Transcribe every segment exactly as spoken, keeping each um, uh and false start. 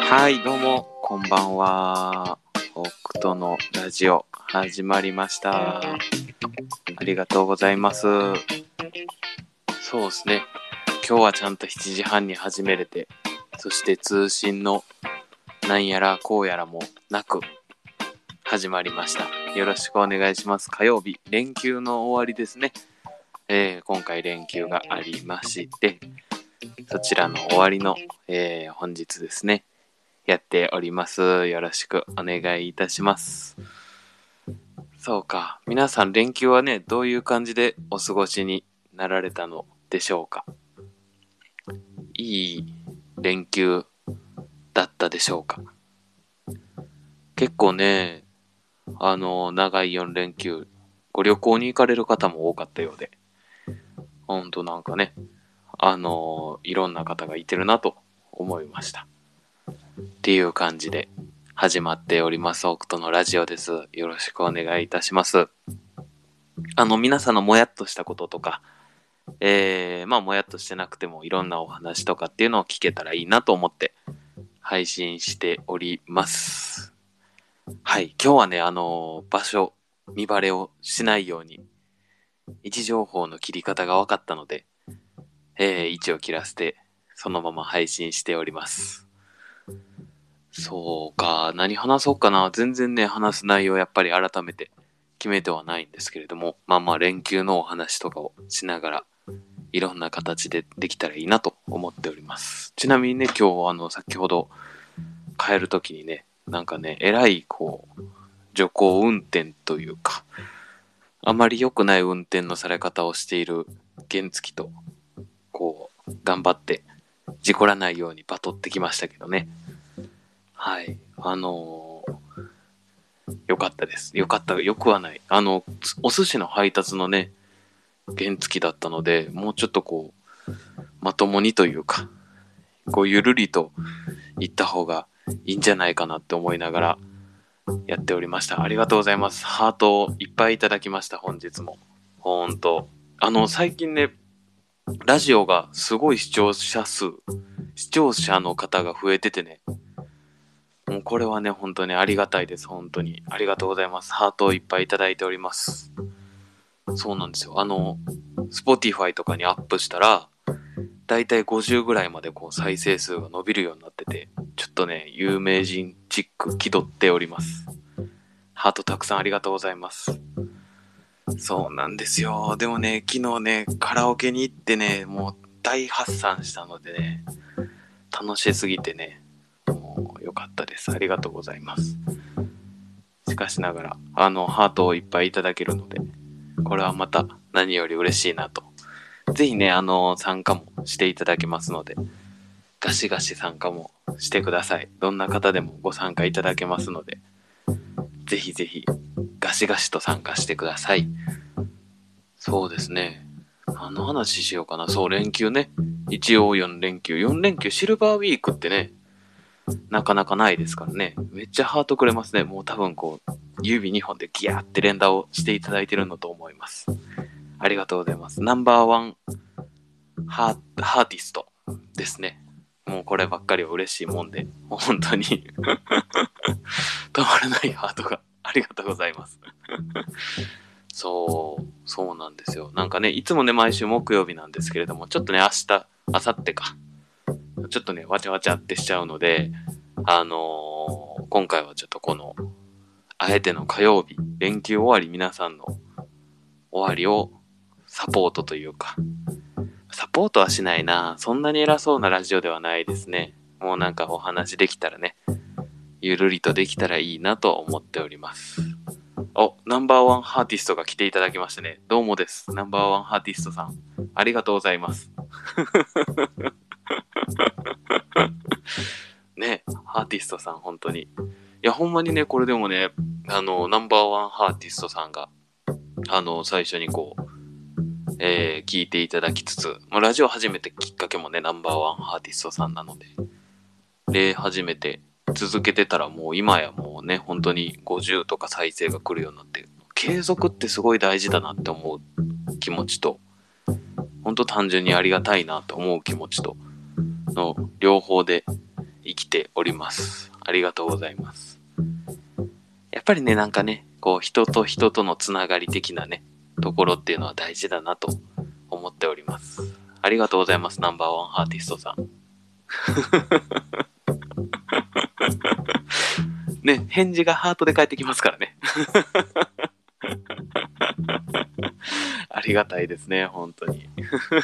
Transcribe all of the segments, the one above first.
はい、どうも、こんばんは。北斗のラジオ、始まりました。ありがとうございます。そうですね。今日はちゃんとしちじはんに始めれて、そして通信のなんやらこうやらもなく始まりました。よろしくお願いします。火曜日、連休の終わりですね。えー、今回連休がありまして、そちらの終わりの、えー、本日ですね。やっております。よろしくお願いいたします。そうか。皆さん連休はね、どういう感じでお過ごしになられたのでしょうか。いい連休だったでしょうか。結構ね、あの、長いよん連休、ご旅行に行かれる方も多かったようで、ほんとなんかね、あの、いろんな方がいてるなと思いました。っていう感じで始まっております。北斗のラジオです。よろしくお願いいたします。あの、皆さんのもやっとしたこととか、えー、まあ、もやっとしてなくてもいろんなお話とかっていうのを聞けたらいいなと思って配信しております。はい。今日はね、あの、場所、見バレをしないように、位置情報の切り方が分かったので、えー、位置を切らせて、そのまま配信しております。そうか、何話そうかな。全然ね、話す内容やっぱり改めて決めてはないんですけれども、まあまあ連休のお話とかをしながら、いろんな形でできたらいいなと思っております。ちなみにね、今日あの、先ほど帰るときにね、なんかね、えらいこう、徐行運転というか、あまり良くない運転のされ方をしている原付と、こう、頑張って事故らないようにバトってきましたけどね。はい。あのー、よかったです。よかった、よくはない。あの、お寿司の配達のね、原付だったので、もうちょっとこう、まともにというか、こう、ゆるりと行った方がいいんじゃないかなって思いながらやっておりました。ありがとうございます。ハートをいっぱいいただきました、本日も。ほんと。あの、最近ね、ラジオがすごい視聴者数、視聴者の方が増えててね、もうこれはね、本当にありがたいです。本当に。ありがとうございます。ハートをいっぱいいただいております。そうなんですよ。あの、Spotify とかにアップしたら、だいたいごじゅうぐらいまでこう再生数が伸びるようになってて、ちょっとね、有名人チック気取っております。ハートたくさんありがとうございます。そうなんですよ。でもね、昨日ね、カラオケに行ってね、もう大発散したのでね、楽しすぎてね、もう良かったです。ありがとうございます。しかしながら、あの、ハートをいっぱいいただけるので、これはまた何より嬉しいなと。ぜひね、あの、参加もしていただけますので、ガシガシ参加もしてください。どんな方でもご参加いただけますので、ぜひぜひ、ガシガシと参加してください。そうですね。何の話しようかな。そう、連休ね。一応よん連休。よん連休、シルバーウィークってね、なかなかないですからね。めっちゃハートくれますね。もう多分こう、指にほんでギャーって連打をしていただいてるのと思います。ありがとうございます。ナンバーワンハー、ハーティストですね。もうこればっかりは嬉しいもんで、もう本当に止まらないハートがありがとうございます。そう、そうなんですよ。なんかね、いつもね、毎週木曜日なんですけれども、ちょっとね、明日、明後日か。ちょっとね、わちゃわちゃってしちゃうので、あのー、今回はちょっとこの、あえての火曜日、連休終わり皆さんの終わりをサポートというか、サポートはしないな。そんなに偉そうなラジオではないですね。もうなんかお話できたらね、ゆるりとできたらいいなと思っております。お、ナンバーワンハーティストが来ていただきましたね。どうもです。ナンバーワンハーティストさん。ありがとうございます。ね、ハーティストさん、本当に。いや、ほんまにね、これでもね、あの、ナンバーワンハーティストさんが、あの、最初にこう、えー、聞いていただきつつ、まあ、ラジオ始めてきっかけもね、ナンバーワンハーティストさんなので、で、始めて、続けてたらもう今やもうね、本当にごじゅうとか再生が来るようになって、継続ってすごい大事だなって思う気持ちと、本当単純にありがたいなと思う気持ちと、の両方で生きております。ありがとうございます。やっぱりね、なんかね、こう人と人とのつながり的なね、ところっていうのは大事だなと思っております。ありがとうございます、ナンバーワンアーティストさん。ね、返事がハートで返ってきますからね。ありがたいですね、本当に。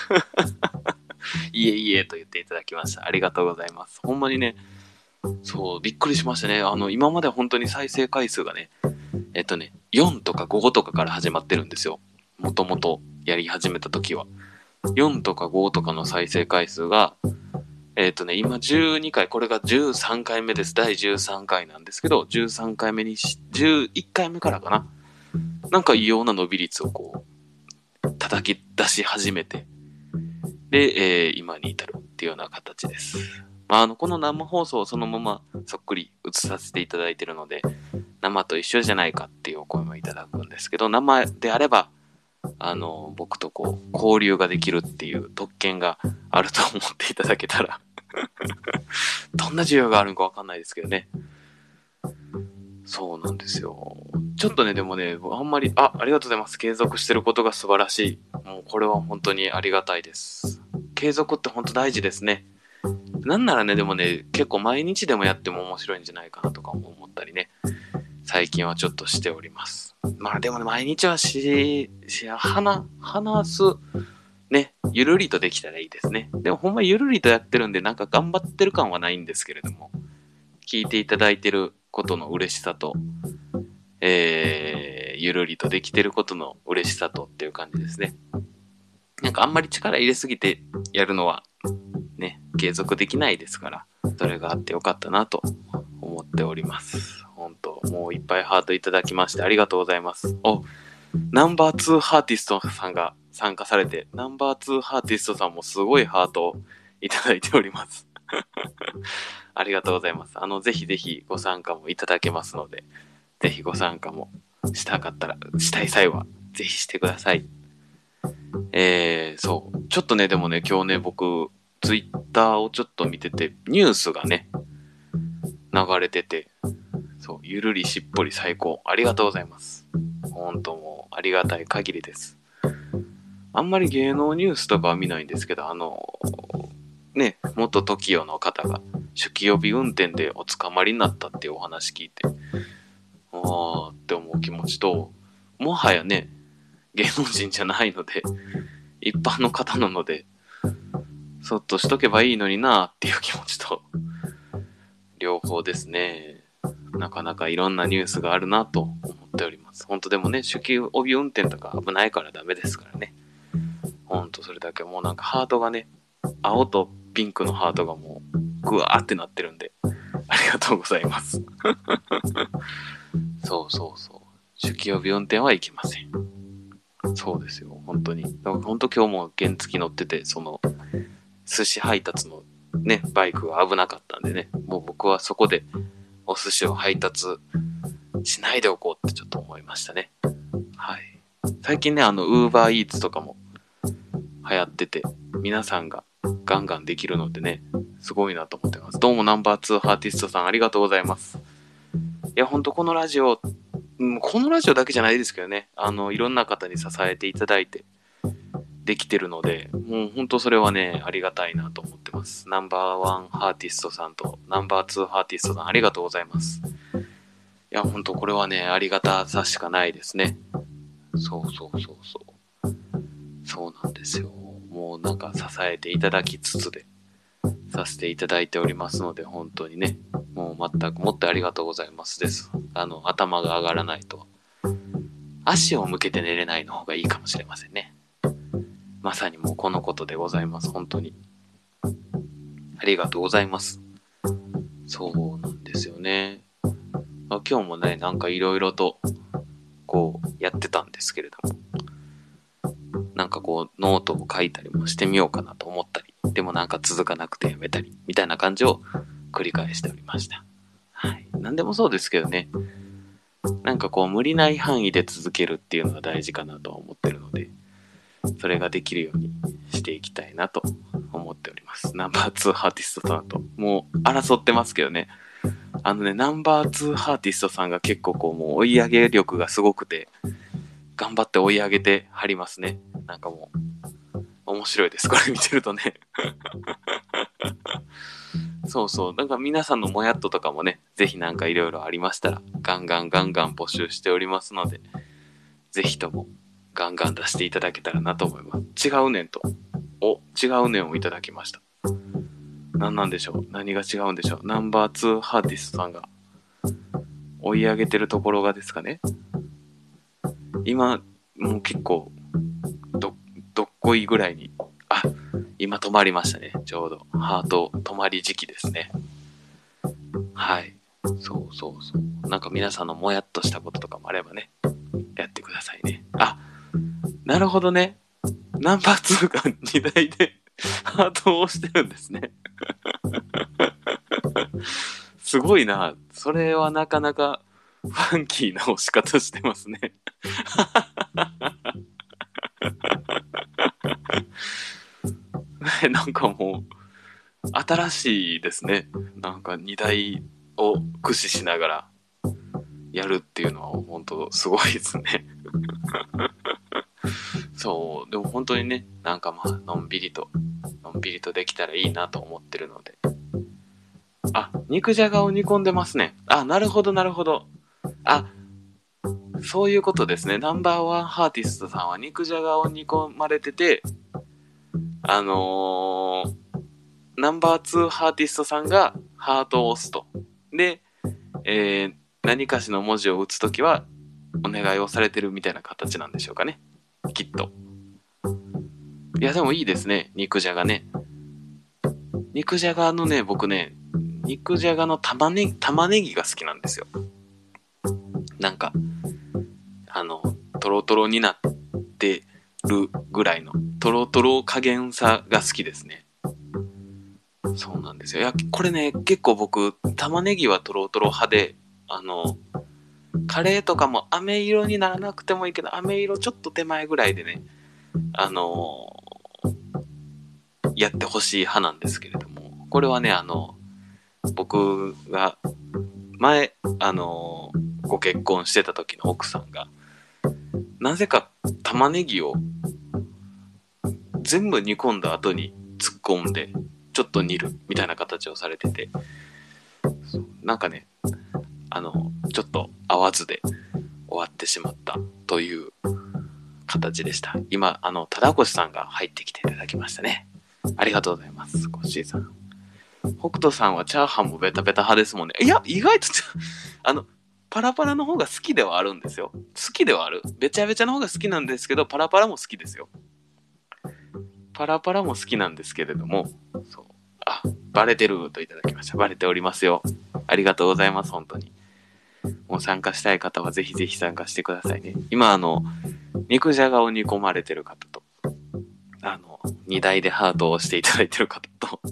いえいえと言っていただきました。ありがとうございます。ほんまにね、そう、びっくりしましたね。あの、今まで本当に再生回数がね、えっとね、よんとかごとかから始まってるんですよ。もともとやり始めた時は。よんとかごとかの再生回数が、えっとね、今じゅうにかい、これがじゅうさんかいめです。だいじゅうさんかいなんですけど、じゅうさんかいめにし、じゅういっかいめからかな。なんか異様な伸び率をこう、叩き出し始めて、で、えー、今に至るっていうような形です。まあ、あの、この生放送をそのままそっくり映させていただいているので、生と一緒じゃないかっていうお声もいただくんですけど、生であれば、あの、僕とこう、交流ができるっていう特権があると思っていただけたら、どんな需要があるのかわかんないですけどね。そうなんですよ。ちょっとね、でもね、あんまり、あ、ありがとうございます。継続してることが素晴らしい。もうこれは本当にありがたいです。継続って本当大事ですね。なんならね、でもね、結構毎日でもやっても面白いんじゃないかなとかも思ったりね、最近はちょっとしております。まあでもね、毎日はし、し、話、話す、ね、ゆるりとできたらいいですね。でもほんまゆるりとやってるんで、なんか頑張ってる感はないんですけれども、聞いていただいてることの嬉しさと、えー、ゆるりとできてることの嬉しさとっていう感じですね。なんかあんまり力入れすぎてやるのは、ね、継続できないですから、それがあってよかったなと思っております。本当もういっぱいハートいただきましてありがとうございます。お、ナンバーツーハーティストさんが参加されて、ナンバーツーハーティストさんもすごいハートをいただいております。ありがとうございます。あの、ぜひぜひご参加もいただけますので、ぜひご参加もしたかったら、したい際は、ぜひしてください。えー、そう。ちょっとね、でもね、今日ね、僕、ツイッターをちょっと見てて、ニュースがね、流れてて、そう、ゆるりしっぽり最高。ありがとうございます。本当もう、ありがたい限りです。あんまり芸能ニュースとかは見ないんですけど、あの、ね、元 トキオ の方が、酒気帯び運転でお捕まりになったっていうお話聞いて、あーって思う気持ちと、もはやね、芸能人じゃないので、一般の方なので、そっとしとけばいいのになーっていう気持ちと、両方ですね。なかなかいろんなニュースがあるなと思っております。本当でもね、酒気帯び運転とか危ないからダメですからね。本当それだけもうなんかハートがね、青とピンクのハートがもうグワーってなってるんで、ありがとうございます。そうそうそう。酒気帯び運転はいけません。そうですよ、本当に。だから本当今日も原付乗ってて、その、寿司配達のね、バイクが危なかったんでね、もう僕はそこでお寿司を配達しないでおこうってちょっと思いましたね。はい。最近ね、あの、ウーバーイーツとかも流行ってて、皆さんがガンガンできるのでね、すごいなと思ってます。どうもナンバーツーアーティストさんありがとうございます。いや、ほんとこのラジオ、このラジオだけじゃないですけどね、あの、いろんな方に支えていただいて、できてるので、もう本当それはね、ありがたいなと思ってます。ナンバーワンアーティストさんとナンバーツーアーティストさんありがとうございます。いや、本当これはね、ありがたさしかないですね。そうそうそうそう。そうなんですよ。もうなんか支えていただきつつで、させていただいておりますので、本当にね、もう全くもってありがとうございますです。あの、頭が上がらないと、足を向けて寝れないの方がいいかもしれませんね。まさにもうこのことでございます。本当に。ありがとうございます。そうなんですよね。今日もね、なんかいろいろと、こう、やってたんですけれども、なんかこう、ノートを書いたりもしてみようかなと思ったり、でもなんか続かなくてやめたり、みたいな感じを繰り返しておりました。はい。なんでもそうですけどね、なんかこう、無理ない範囲で続けるっていうのが大事かなとは思ってるので、 それができるようにしていきたいなと思っております。ナンバーツーアーティストさんともう争ってますけどね。あのね、ナンバーツーアーティストさんが結構こうもう追い上げ力がすごくて、頑張って追い上げてはりますね。なんかもう、面白いです。これ見てるとね。そうそう。なんか皆さんのもやっととかもね、ぜひなんかいろいろありましたら、ガンガンガンガン募集しておりますので、ぜひともガンガン出していただけたらなと思います。違うねんと。お、違うねんをいただきました。何なんでしょう。何が違うんでしょう。ナンバーツーアーティストさんが追い上げてるところがですかね。今、もう結構、ど、どっこいぐらいに、あ、今止まりましたね。ちょうど。ハート止まり時期ですね。はい。そうそうそう。なんか皆さんのもやっとしたこととかもあればね、やってくださいね。あ、なるほどね。ナンバーツーがにだいでハートを押してるんですね。すごいな。それはなかなかファンキーな押し方してますね。なんかもう、新しいですね。なんかにだいを駆使しながらやるっていうのは本当すごいですね。そう、でも本当にね、なんかまあ、のんびりと、のんびりとできたらいいなと思ってるので。あ、肉じゃがを煮込んでますね。あ、なるほどなるほど。あ、そういうことですね。ナンバーワンアーティストさんは肉じゃがを煮込まれてて、あのー、ナンバーツーアーティストさんがハートを押すと。で、えー、何かしの文字を打つときはお願いをされてるみたいな形なんでしょうかね。きっと。いや、でもいいですね。肉じゃがね。肉じゃがのね、僕ね、肉じゃがの玉ねぎ、玉ねぎが好きなんですよ。なんか、あの、トロトロになってるぐらいの、トロトロ加減さが好きですね。そうなんですよ。いや、これね、結構僕、玉ねぎはトロトロ派で、あの、カレーとかも飴色にならなくてもいいけど、飴色ちょっと手前ぐらいでね、あのーやってほしい派なんですけれども、これはね、あの、僕が前、あのーご結婚してた時の奥さんが、なぜか玉ねぎを全部煮込んだ後に突っ込んで、ちょっと煮るみたいな形をされてて、なんかね、あの、ちょっと合わずで終わってしまったという形でした。今、あの、忠越さんが入ってきていただきましたね。ありがとうございます、コッシーさん。北斗さんはチャーハンもベタベタ派ですもんね。いや、意外とあの、パラパラの方が好きではあるんですよ。好きではある。べちゃべちゃの方が好きなんですけど、パラパラも好きですよ。パラパラも好きなんですけれども、そう。あ、バレてるといただきました。バレておりますよ。ありがとうございます、本当に。もう参加したい方はぜひぜひ参加してくださいね。今、あの、肉じゃがを煮込まれてる方と、あの、荷台でハートを押していただいてる方と、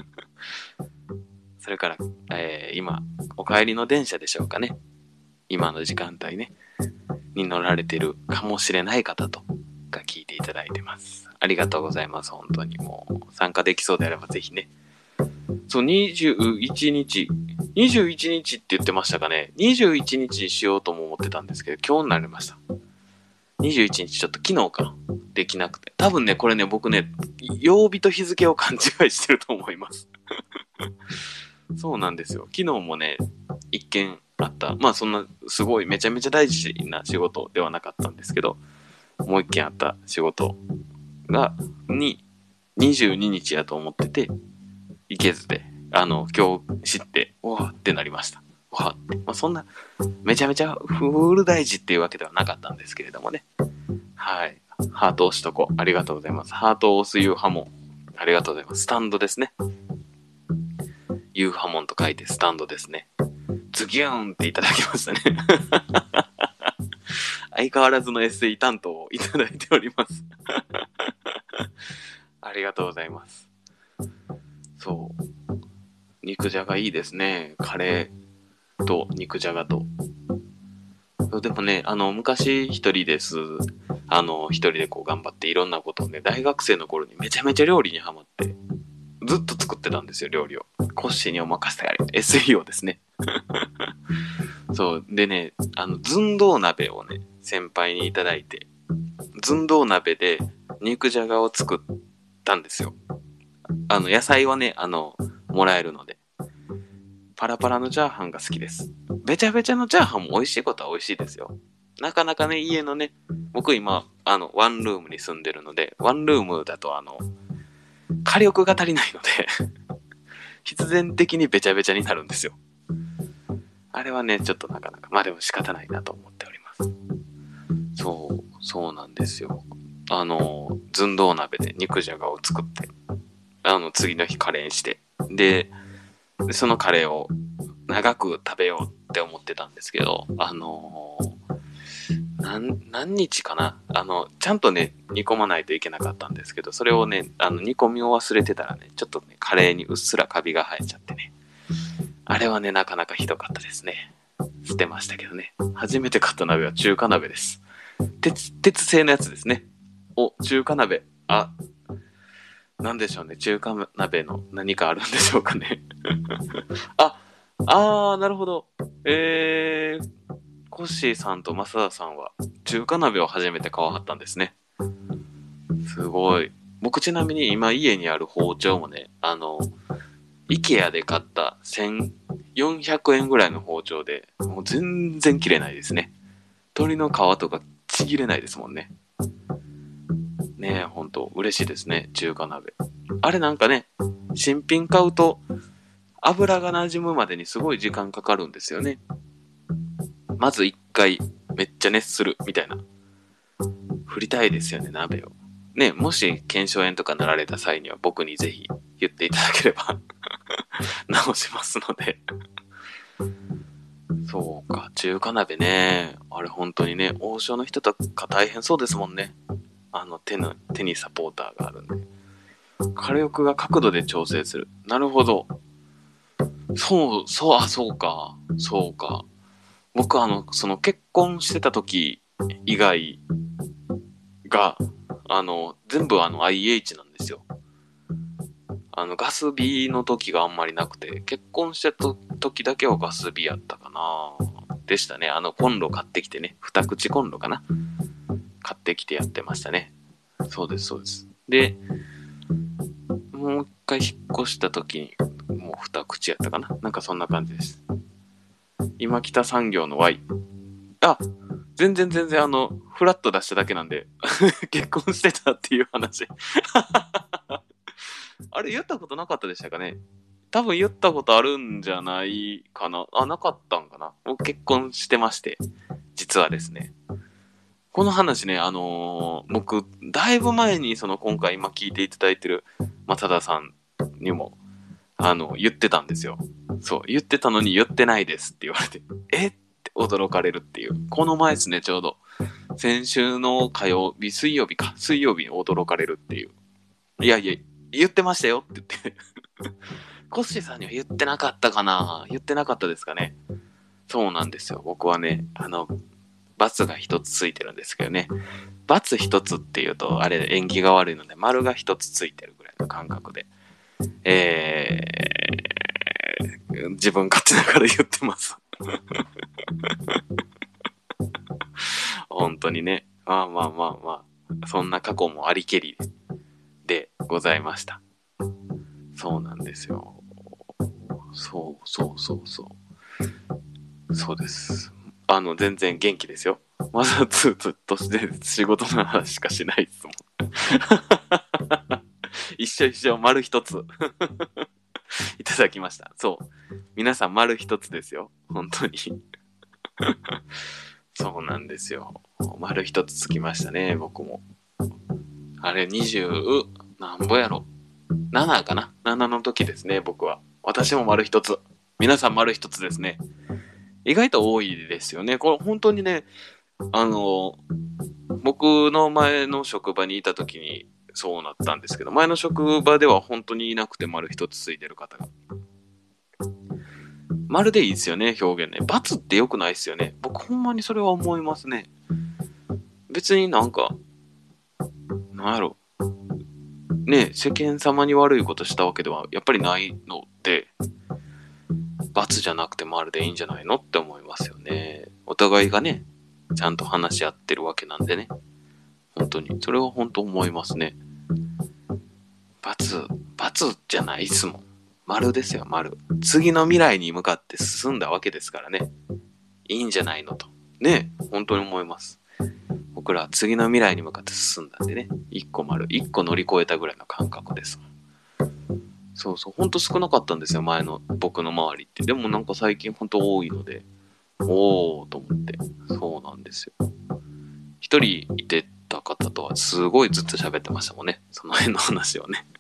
それから、えー、今、お帰りの電車でしょうかね。今の時間帯ね、に乗られてるかもしれない方と、が聞いていただいてます。ありがとうございます。本当にもう、参加できそうであればぜひね。そう、にじゅういちにち、にじゅういちにちって言ってましたかね。にじゅういちにちにしようとも思ってたんですけど、今日になりました。にじゅういちにち、ちょっと昨日か。できなくて。多分ね、これね、僕ね、曜日と日付を勘違いしてると思います。そうなんですよ。昨日もね、一件あった。まあそんな、すごいめちゃめちゃ大事な仕事ではなかったんですけど、もう一件あった仕事が、に、にじゅうににちやと思ってて、行けずで、あの、今日知って、おわってなりました。おわって。まあそんな、めちゃめちゃフル大事っていうわけではなかったんですけれどもね。はい。ハート押しとこう。ありがとうございます。ハートを押すユーハモン。ありがとうございます。スタンドですね。ユーハモンと書いてスタンドですね。ズギューンっていただきましたね。相変わらずの エスイー 担当をいただいております。ありがとうございます。そう。肉じゃがいいですね。カレーと肉じゃがと。でもね、あの、昔一人です。 あの、一人でこう頑張っていろんなことをね、大学生の頃にめちゃめちゃ料理にハマって、ずっと作ってたんですよ、料理を。コッシーにお任せてやれ。エスイーオー ですね。そう。でね、あの、寸胴鍋をね、先輩にいただいて、寸胴鍋で肉じゃがを作ったんですよ。あの、野菜はね、あの、もらえるので。パラパラのチャーハンが好きです。べちゃべちゃのチャーハンも美味しいことは美味しいですよ。なかなかね、家のね、僕今、あの、ワンルームに住んでるので、ワンルームだとあの、火力が足りないので必然的にべちゃべちゃになるんですよ。あれはね、ちょっとなかなか、まあでも仕方ないなと思っております。そう、そうなんですよ。あの、寸胴鍋で肉じゃがを作って、あの、次の日カレーにして、で、そのカレーを長く食べようって思ってたんですけど、あのー、何、何日かなあの、ちゃんとね、煮込まないといけなかったんですけど、それをね、あの、煮込みを忘れてたらね、ちょっとね、カレーにうっすらカビが生えちゃってね。あれはね、なかなかひどかったですね。捨てましたけどね。初めて買った鍋は中華鍋です。鉄、鉄製のやつですね。お、中華鍋。あ、なんでしょうね。中華鍋の何かあるんでしょうかね。あ、あー、なるほど。えー、コッシーさんとマサダさんは中華鍋を初めて買わはったんですね。すごい。僕ちなみに今家にある包丁もね、あの、IKEA で買ったせんよんひゃくえんぐらいの包丁で、もう全然切れないですね。鶏の皮とかちぎれないですもんね。ねえ、ほんと嬉しいですね、中華鍋。あれなんかね、新品買うと油が馴染むまでにすごい時間かかるんですよね。まず一回めっちゃ熱するみたいな。振りたいですよね、鍋を。ね、もし腱鞘炎とかなられた際には僕にぜひ言っていただければ直しますのでそうか、中華鍋ね。あれ本当にね、王将の人とか大変そうですもんね。あの手の、手にサポーターがあるんで。火力が角度で調整する。なるほど。そう、そう、あ、そうか。そうか。僕あの、その結婚してた時以外が、あの、全部あの アイエイチ なんですよ。あの、ガス火の時があんまりなくて、結婚してた時だけはガス火やったかな。でしたね。あの、コンロ買ってきてね。二口コンロかな。買ってきてやってましたね。そうです、そうです。で、もう一回引っ越した時に、もう二口やったかな。なんかそんな感じです。今北産業の Y。あ、全然全然あの、フラット出しただけなんで、結婚してたっていう話。あれ言ったことなかったでしたかね。多分言ったことあるんじゃないかな。あ、なかったんかな。僕結婚してまして、実はですね。この話ね、あのー僕、だいぶ前に、その今回今聞いていただいてる松田さんにも、あの、言ってたんですよ。そう、言ってたのに言ってないですって言われて、えって驚かれるっていう。この前ですね、ちょうど。先週の火曜日、水曜日か。水曜日に驚かれるっていう。いやいや、言ってましたよって言って。コッシーさんには言ってなかったかな言ってなかったですかね。そうなんですよ。僕はね、あの、×が一つついてるんですけどね。×一つっていうと、あれ縁起が悪いので、丸が一つついてるぐらいの感覚で、えー、自分勝手ながら言ってます。本当にね。まあまあまあまあ、そんな過去もありけりでございました。そうなんですよ。そうそうそうそう。そうです。あの、全然元気ですよ。まだずっとして仕事の話しかしないですもん。一緒一緒、丸一つ。いただきました。そう。皆さん丸一つですよ。本当に。そうなんですよ。丸一つつきましたね、僕も。あれ、にじゅう、なんぼやろ。ななかな ?なな の時ですね、僕は。私も丸一つ。皆さん丸一つですね。意外と多いですよね。これ本当にね、あの、僕の前の職場にいた時にそうなったんですけど、前の職場では本当にいなくて丸一つついてる方が。丸でいいですよね、表現ね。×って良くないですよね。僕ほんまにそれは思いますね。別になんか、 なんやろ。ね、世間様に悪いことしたわけではやっぱりないので、罰じゃなくて丸でいいんじゃないのって思いますよね。お互いがね、ちゃんと話し合ってるわけなんでね。本当に。それは本当思いますね。罰、罰じゃないっすもん。丸ですよ、丸。次の未来に向かって進んだわけですからね。いいんじゃないのと。ね、本当に思います。僕らは次の未来に向かって進んだんでね。一個丸、一個乗り越えたぐらいの感覚です。そうそう、ほんと少なかったんですよ、前の僕の周りって。でもなんか最近ほんと多いので、おーと思って。そうなんですよ。一人いてた方とはすごいずっと喋ってましたもんね。その辺の話をね。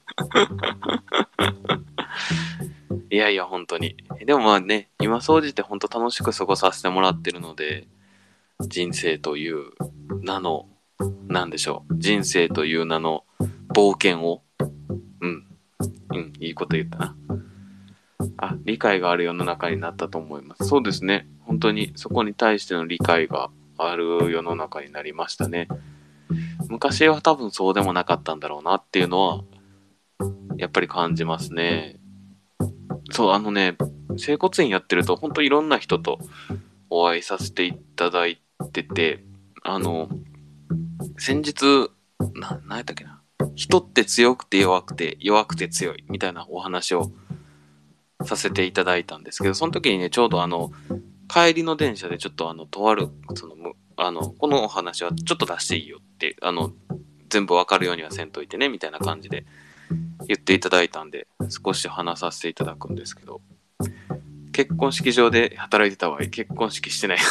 いやいや、本当に。でもまあね、今総じて本当楽しく過ごさせてもらってるので、人生という名の、なんでしょう。人生という名の冒険を、うん、うん、いいこと言ったな。あ、理解がある世の中になったと思います。そうですね。本当にそこに対しての理解がある世の中になりましたね。昔は多分そうでもなかったんだろうなっていうのは、やっぱり感じますね。そう、あのね、整骨院やってると本当いろんな人とお会いさせていただいてて、あの、先日、な、なんやったっけな。人って強くて弱くて弱くて強いみたいなお話をさせていただいたんですけど、その時にね、ちょうどあの、帰りの電車でちょっとあの、とある、その、あの、このお話はちょっと出していいよって、あの、全部わかるようにはせんといてね、みたいな感じで言っていただいたんで、少し話させていただくんですけど、結婚式場で働いてた場合、結婚式してない。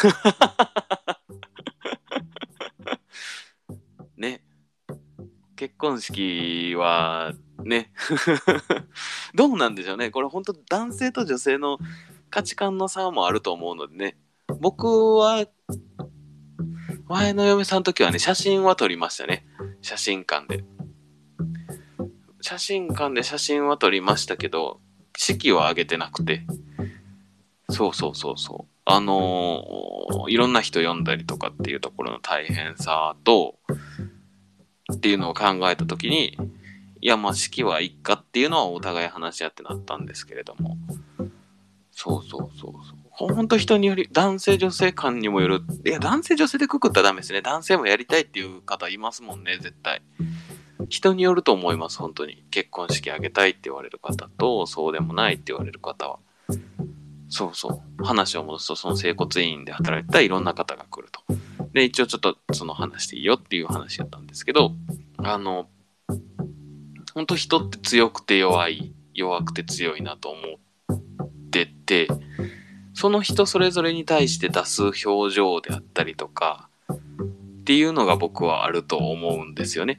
ね。結婚式は、ね。どうなんでしょうね。これ本当男性と女性の価値観の差もあると思うのでね。僕は、前の嫁さんの時はね、写真は撮りましたね。写真館で。写真館で写真は撮りましたけど、式は挙げてなくて。そうそうそうそう。あのー、いろんな人呼んだりとかっていうところの大変さと、っていうのを考えたときに、いや、まあ、式はいっかっていうのはお互い話し合ってなったんですけれども。そうそうそうそう。ほんと人により、男性女性間にもよる。いや、男性女性でくくったらダメですね。男性もやりたいっていう方いますもんね、絶対。人によると思います、本当に。結婚式あげたいって言われる方と、そうでもないって言われる方は。そうそう。話を戻すと、その整骨院で働いてたいろんな方が来ると。で、一応ちょっとその話していいよっていう話だったんですけど、あの、本当人って強くて弱い、弱くて強いなと思ってて、その人それぞれに対して出す表情であったりとか、っていうのが僕はあると思うんですよね。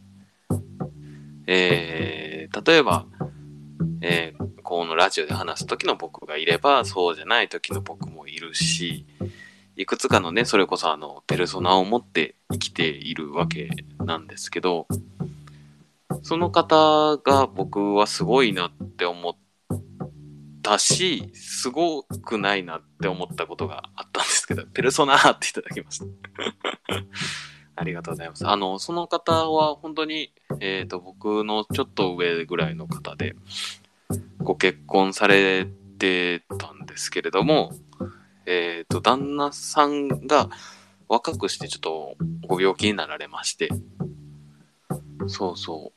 えー、例えば、えー、このラジオで話す時の僕がいれば、そうじゃない時の僕もいるし、いくつかのね、それこそあの、ペルソナを持って生きているわけなんですけど、その方が僕はすごいなって思ったし、すごくないなって思ったことがあったんですけど、ペルソナーっていただきました。ありがとうございます。あの、その方は本当に、えっと、僕のちょっと上ぐらいの方で、ご結婚されてたんですけれども、えっと、旦那さんが若くしてちょっとご病気になられまして、そうそう。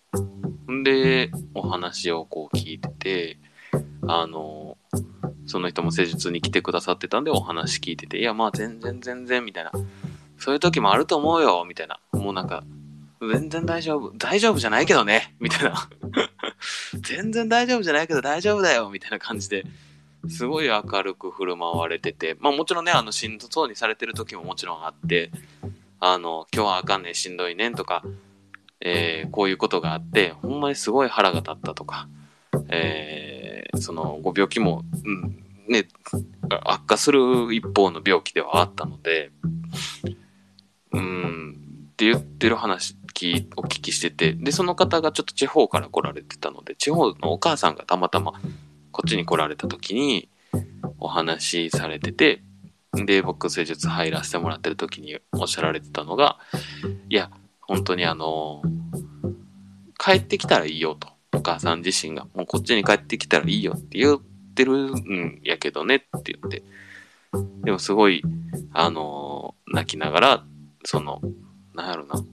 んで、お話をこう聞いてて、あの、その人も施術に来てくださってたんでお話聞いてて、いや、まあ全然全然みたいな。そういう時もあると思うよみたいな。もうなんか、全然大丈夫。大丈夫じゃないけどねみたいな。全然大丈夫じゃないけど大丈夫だよみたいな感じで、すごい明るく振る舞われてて、まあもちろんね、あの、しんどそうにされてる時ももちろんあって、あの、今日はあかんねん、しんどいねんとか、えー、こういうことがあって、ほんまにすごい腹が立ったとか、えー、そのご病気も、うん、ね、悪化する一方の病気ではあったので、うーん、って言ってる話聞お聞きしてて、で、その方がちょっと地方から来られてたので、地方のお母さんがたまたまこっちに来られた時にお話しされてて、で、僕施術入らせてもらってる時におっしゃられてたのが、いや、本当にあの、 帰ってきたらいいよと。お母さん自身が、もうこっちに帰ってきたらいいよって言ってるんやけどねって言って。でもすごい、あのー、泣きながら、その、なんやろな。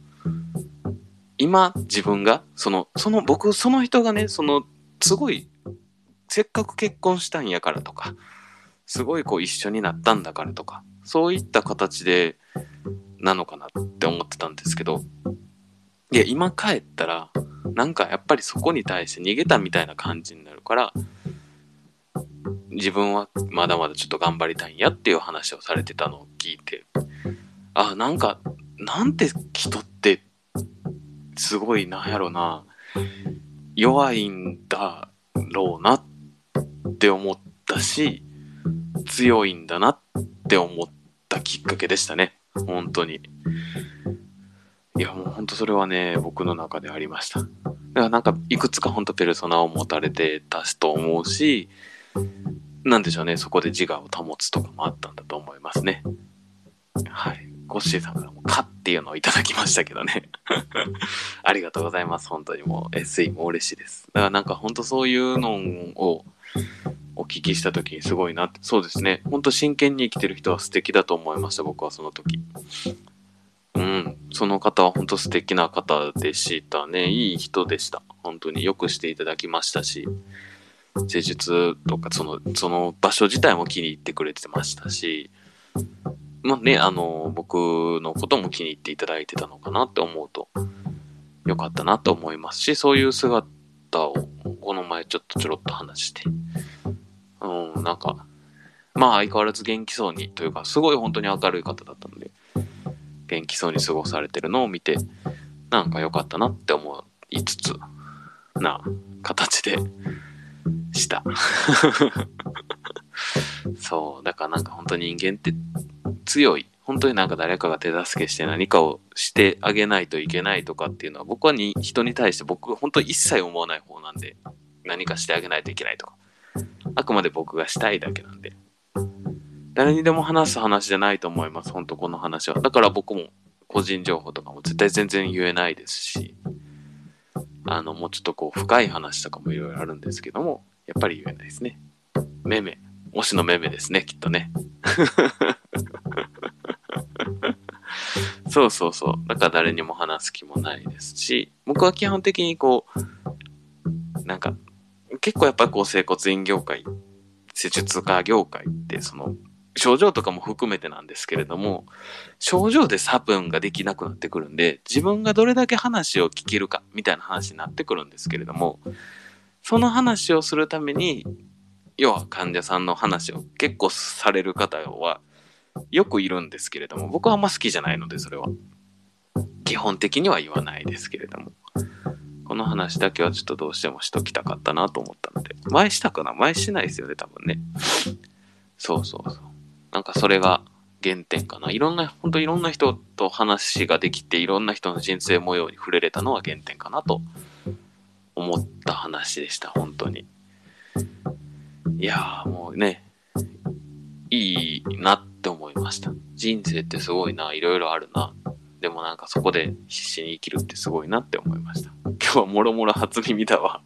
今、自分が、その、その、僕、その人がね、その、すごい、せっかく結婚したんやからとか、すごいこう一緒になったんだからとか、そういった形で、なのかなって思ってたんですけど、いや、今帰ったら、なんかやっぱりそこに対して逃げたみたいな感じになるから、自分はまだまだちょっと頑張りたいんやっていう話をされてたのを聞いて、あ、なんか、なんて人ってすごいなんやろな、弱いんだろうなって思ったし、強いんだなって思ったきっかけでしたね。本当に。いやもう本当それはね、僕の中でありました。だからなんかいくつか本当ペルソナを持たれてたしと思うし、なんでしょうね、そこで自我を保つとかもあったんだと思いますね。はい。ゴッシーさんからもカっていうのをいただきましたけどね。ありがとうございます。本当にもう エスイー も嬉しいです。だからなんか本当そういうのをお聞きした時にすごいなって、そうですね。本当真剣に生きてる人は素敵だと思いました、僕はその時。うん。その方は本当素敵な方でしたね。いい人でした。本当によくしていただきましたし、施術とかその、その場所自体も気に入ってくれてましたし、まあね、あの、僕のことも気に入っていただいてたのかなって思うと、よかったなと思いますし、そういう姿をこの前ちょっとちょろっと話して、うん、なんか、まあ相変わらず元気そうにというか、すごい本当に明るい方だったので、元気そうに過ごされてるのを見て、なんか良かったなって思いつつな形でした。そう、だからなんか本当に人間って強い。本当になんか誰かが手助けして何かをしてあげないといけないとかっていうのは僕はに人に対して僕本当に一切思わない方なんで、何かしてあげないといけないとか。あくまで僕がしたいだけなんで。誰にでも話す話じゃないと思います。本当この話は。だから僕も個人情報とかも絶対全然言えないですし、あの、もうちょっとこう深い話とかもいろいろあるんですけども、やっぱり言えないですね。めめ。推しのめめですね、きっとね。そうそうそう。だから誰にも話す気もないですし、僕は基本的にこう、なんか、結構やっぱりこう整骨院業界、施術家業界ってその、症状とかも含めてなんですけれども、症状で差分ができなくなってくるんで、自分がどれだけ話を聞けるかみたいな話になってくるんですけれども、その話をするために、要は患者さんの話を結構される方はよくいるんですけれども、僕はあんま好きじゃないので、それは。基本的には言わないですけれども。この話だけはちょっとどうしてもしときたかったなと思ったので。前したかな？前しないですよね、多分ね。そうそうそう。なんかそれが原点かな。いろんな、本当いろんな人と話ができて、いろんな人の人生模様に触れれたのは原点かなと思った話でした、本当に。いやーもうね、いいなって思いました。人生ってすごいな、いろいろあるな。でもなんかそこで必死に生きるってすごいなって思いました。今日はもろもろ初耳だわ。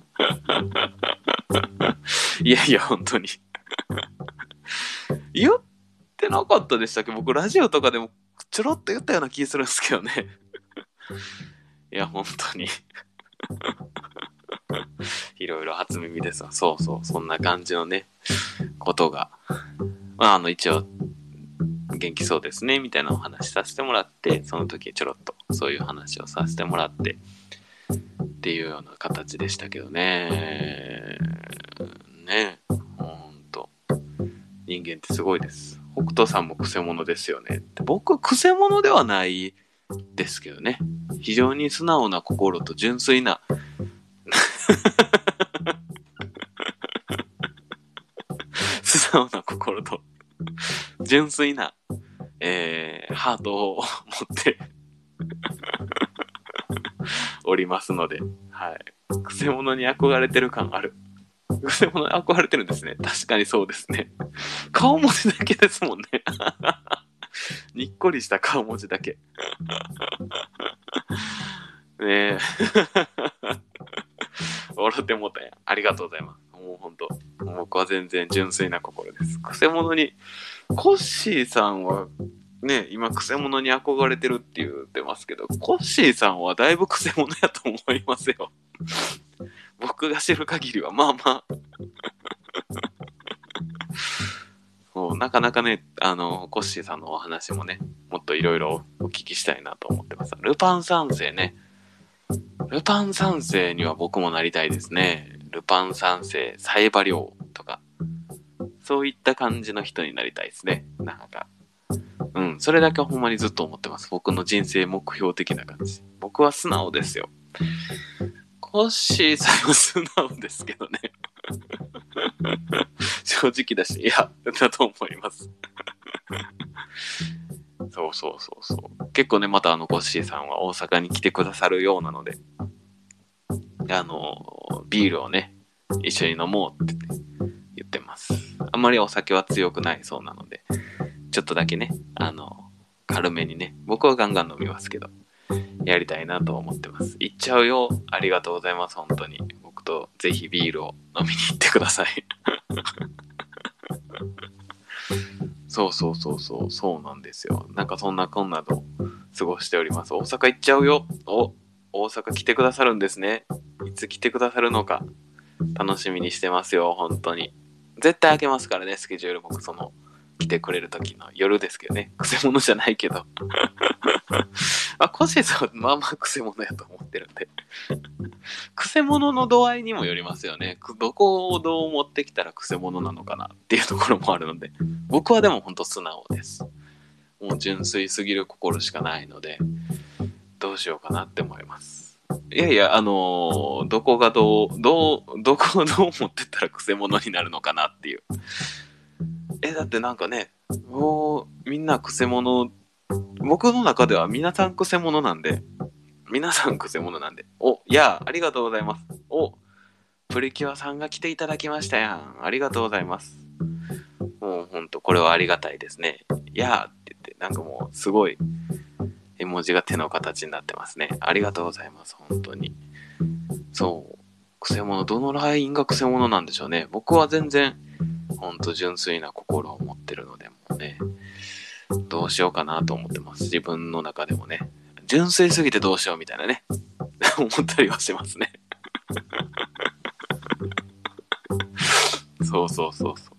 いやいや、本当に。言ってなかったでしたっけ？僕ラジオとかでもちょろっと言ったような気するんですけどね。いや、本当に。いろいろ初耳ですわ。そうそう、そんな感じのね、ことが。まあ、あの、一応、元気そうですね、みたいなお話させてもらって、その時ちょろっとそういう話をさせてもらって、っていうような形でしたけどね。ね、ほんと。人間ってすごいです。北斗さんもクセ者ですよね。僕はクセ者ではないですけどね。非常に素直な心と純粋な素直な心と純粋な、えー、ハートを持っておりますので、はい。クセ者に憧れてる感ある。クセ者に憧れてるんですね。確かにそうですね。顔文字だけですもんね。にっこりした顔文字だけ。ねえ。 笑ってもうたやん。ありがとうございます。もうほんと、僕は全然純粋な心です。くせ者に、コッシーさんは、ね、今、くせ者に憧れてるって言ってますけど、コッシーさんはだいぶくせ者やと思いますよ。僕が知る限りは、まあまあ。そうなかなかね、あの、コッシーさんのお話もね、もっといろいろお聞きしたいなと思ってます。ルパン三世ね。ルパン三世には僕もなりたいですね。ルパン三世、サイバリョウとか、そういった感じの人になりたいですね。なんか。うん、それだけはほんまにずっと思ってます。僕の人生目標的な感じ。僕は素直ですよ。コッシーさんは素直ですけどね。正直だし、いや、だと思います。そうそうそうそう。結構ね、またあの、コッシーさんは大阪に来てくださるようなので、あの、ビールをね、一緒に飲もうって言ってます。あんまりお酒は強くないそうなので、ちょっとだけね、あの、軽めにね、僕はガンガン飲みますけど、やりたいなと思ってます。行っちゃうよ。ありがとうございます、本当に。僕とぜひビールを飲みに行ってください。そうそうそうそう、そうなんですよ。なんかそんなこんなと過ごしております。大阪行っちゃうよ。お、大阪来てくださるんですね。いつ来てくださるのか楽しみにしてますよ、本当に。絶対開けますからね、スケジュール僕その来てくれる時の夜ですけどね。くせ者じゃないけど。あ、コシさんはまあまあくせ者やと思ってるんで。くせ者の度合いにもよりますよね。どこをどう持ってきたらくせ者なのかなっていうところもあるので。僕はでも本当素直です。もう純粋すぎる心しかないので、どうしようかなって思います。いやいや、あのー、どこがどう、どう、どこをどう持ってったらくせ者になるのかなっていう。え、だってなんかね、もうみんなくせ者、僕の中では皆さんくせ者なんで、皆さんくせ者なんで。お、いや、ありがとうございます。お、プリキュアさんが来ていただきましたやん。ありがとうございます。もうほんとこれはありがたいですね。いやーって言って、なんかもうすごい絵文字が手の形になってますね。ありがとうございます。本当に。そう。くせ者、どのラインがくせ者なんでしょうね。僕は全然、ほんと純粋な心を持ってるので、もうね、どうしようかなと思ってます。自分の中でもね。純粋すぎてどうしようみたいなね。思ったりはしますね。そうそうそうそう。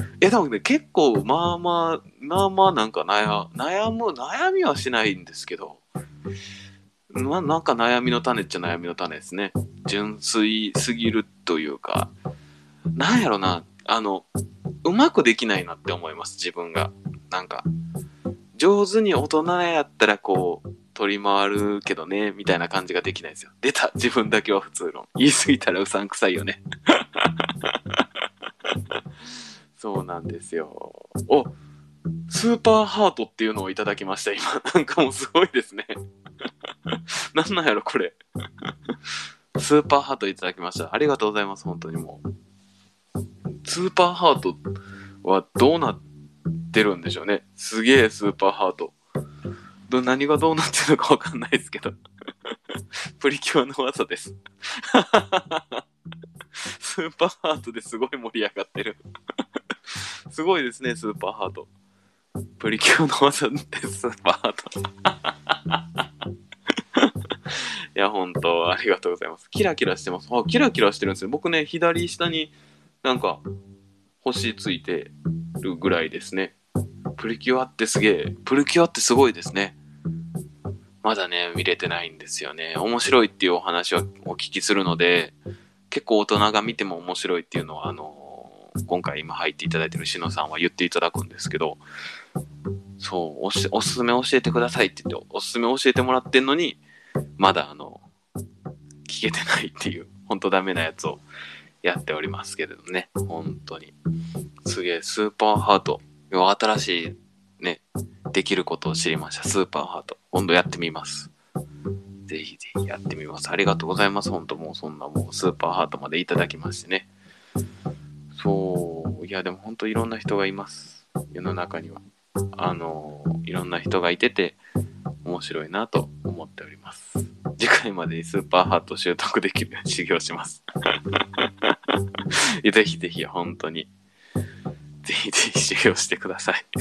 え、でもね、結構、まあまあ、まあまあなんか悩、悩む、悩みはしないんですけど、ま、なんか悩みの種っちゃ悩みの種ですね。純粋すぎるというか、なんやろな、あの、うまくできないなって思います、自分が。なんか、上手に大人やったらこう、取り回るけどね、みたいな感じができないんですよ。出た、自分だけは普通論。言い過ぎたらうさんくさいよね。そうなんですよ。お、スーパーハートっていうのをいただきました、今。なんかもうすごいですね。なんなんやろ、これ。スーパーハートいただきました。ありがとうございます、本当にもう。スーパーハートはどうなってるんでしょうね。すげえスーパーハート。ど何がどうなってるのかわかんないですけど。プリキュアの技です。スーパーハートですごい盛り上がってる。すごいですね、スーパーハート。プリキュアの技です、スーパーハート。いや、本当ありがとうございます。キラキラしてます。あ、キラキラしてるんですよ。僕ね、左下になんか星ついてるぐらいですね。プリキュアってすげえ。プリキュアってすごいですね。まだね、見れてないんですよね。面白いっていうお話はお聞きするので、結構大人が見ても面白いっていうのは、あのー、今回今入っていただいてるしのさんは言っていただくんですけど、そう、おし、おすすめ教えてくださいって言って、おすすめ教えてもらってんのに、まだあの、聞けてないっていう、ほんとダメなやつをやっておりますけれどね。本当に。すげえ、スーパーハート。新しいね、できることを知りました。スーパーハート。今度やってみます。ぜひぜひやってみます。ありがとうございます。本当もうそんなもうスーパーハートまでいただきましてね。そう。いやでも本当いろんな人がいます。世の中には。あの、いろんな人がいてて面白いなと思っております。 次回までにスーパーハートを習得できるように修行します。ぜひぜひ、本当に。ぜひぜひ修行してください。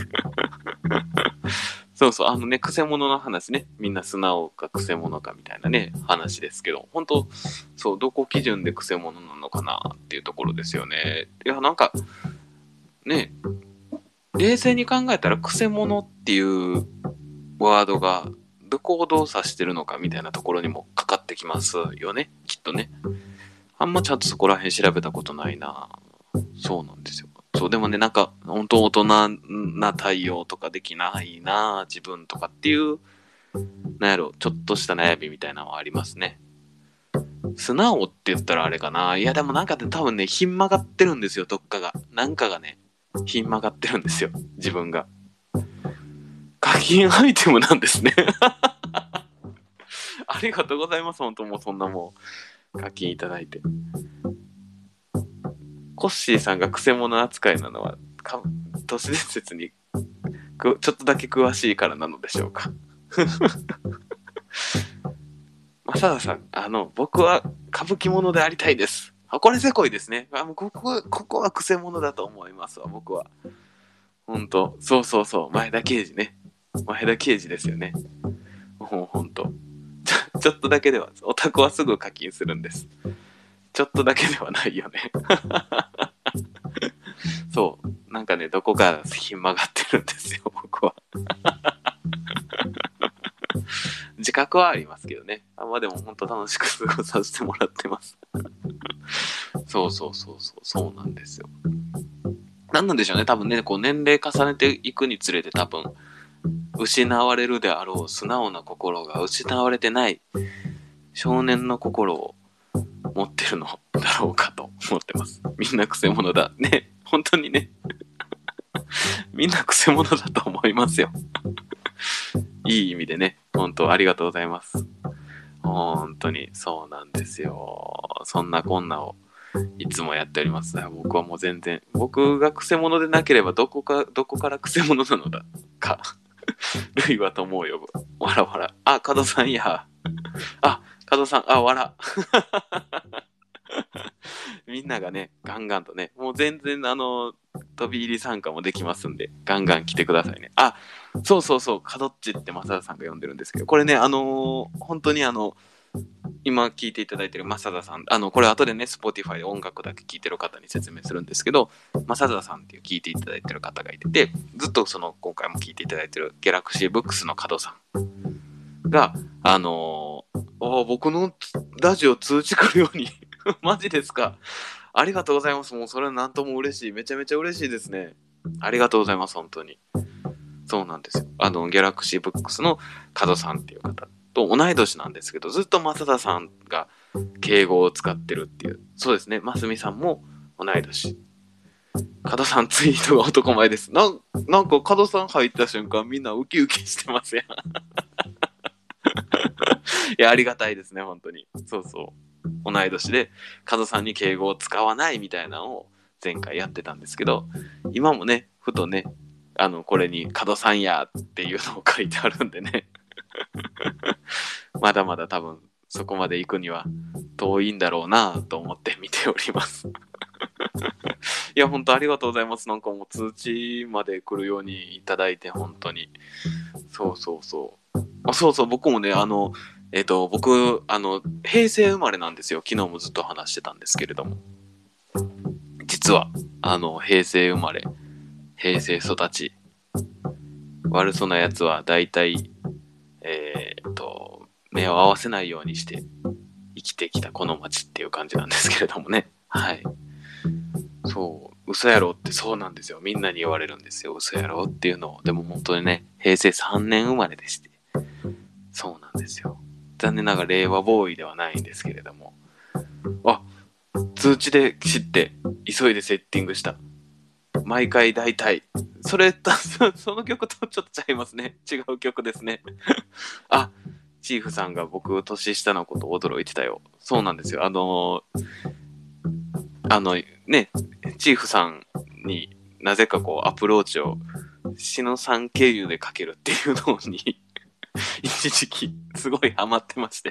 そうそう、あのね、クセモノの話ね、みんな素直かクセモノかみたいなね、話ですけど、本当そう、どこ基準でクセモノなのかなっていうところですよね。いや、なんか、ね、冷静に考えたらクセモノっていうワードがどこをどう指してるのかみたいなところにもかかってきますよね、きっとね。あんまちゃんとそこら辺調べたことないな。そうなんですよ。そう、でもね、なんか、本当大人な対応とかできないな、自分とかっていう、なんやろ、ちょっとした悩みみたいなのはありますね。素直って言ったらあれかな。いや、でもなんかね、多分ね、ひん曲がってるんですよ、どっかが。なんかがね、ひん曲がってるんですよ、自分が。課金アイテムなんですね。ありがとうございます、本当もうそんなもう、課金いただいて。コッシーさんがクセモノ扱いなのは、か都市伝説にちょっとだけ詳しいからなのでしょうか。マサダさん、あの、僕は歌舞伎者でありたいです。あ、これせこいですね。あもうここ、ここはクセモノだと思いますわ、僕は。ほんと、そうそうそう、前田刑事ね。前田刑事ですよね。もうほんと。ちょっとだけでは、オタクはすぐ課金するんです。ちょっとだけではないよね。そう。なんかね、どこかひん曲がってるんですよ、僕は。自覚はありますけどね。あまあでも本当楽しく過ごさせてもらってます。そうそうそうそう、そうなんですよ。なんなんでしょうね、多分ね、こう年齢重ねていくにつれて多分、失われるであろう素直な心が失われてない少年の心を持ってるのだろうかと思ってます。みんなクセ者だ。ね、本当にね。みんなクセ者だと思いますよ。いい意味でね、本当ありがとうございます。本当にそうなんですよ。そんなこんなをいつもやっております。僕はもう全然、僕がクセ者でなければどこか、どこからクセ者なのだか。ルイは友を呼ぶ。わらわら。あ、加藤さんや。あ、加藤さん、あ、わら。みんながね、ガンガンとね、もう全然あの、飛び入り参加もできますんで、ガンガン来てくださいね。あ、そうそうそう、カドッチってマサダさんが呼んでるんですけど、これね、あのー本当にあの、今聞いていただいてるマサダさん、あの、これ後でね、Spotify で音楽だけ聞いてる方に説明するんですけど、マサダさんっていう聞いていただいてる方がいてて、ずっとその、今回も聞いていただいてるギャラクシーブックスの加藤さんが、あのー、あ僕のラジオ通知来るように、マジですか。ありがとうございます。もうそれはなんとも嬉しい。めちゃめちゃ嬉しいですね。ありがとうございます、本当に。そうなんですよ。あの、ギャラクシーブックスの加藤さんっていう方と同い年なんですけど、ずっとマサダさんが敬語を使ってるっていう。そうですね。マスミさんも同い年。加藤さんツイートが男前です。なん、なんか加藤さん入った瞬間みんなウキウキしてますやん。いや、ありがたいですね、本当に。そうそう。同い年で、加藤さんに敬語を使わないみたいなのを前回やってたんですけど、今もね、ふとね、あの、これに加藤さんやっていうのを書いてあるんでね。まだまだ多分、そこまで行くには遠いんだろうなと思って見ております。いや、本当ありがとうございます。なんかもう通知まで来るようにいただいて、本当に。そうそうそう。あ、そうそう、僕もね、あの、えっと、僕、あの、平成生まれなんですよ。昨日もずっと話してたんですけれども。実は、あの、平成生まれ、平成育ち。悪そうなやつは大体、えーっと、目を合わせないようにして生きてきたこの街っていう感じなんですけれどもね。はい。そう、嘘やろってそうなんですよ。みんなに言われるんですよ。嘘やろっていうのを。でも本当にね、平成さんねん生まれでして。そうなんですよ。残念ながら令和ボーイではないんですけれども。あ、通知で知って急いでセッティングした。毎回大体。それと、その曲とちょっとちゃいますね。違う曲ですね。あ、チーフさんが僕年下のこと驚いてたよ。そうなんですよ。あのあのね、チーフさんになぜかこうアプローチをシノさん経由でかけるっていうのに一時期すごいハマってまして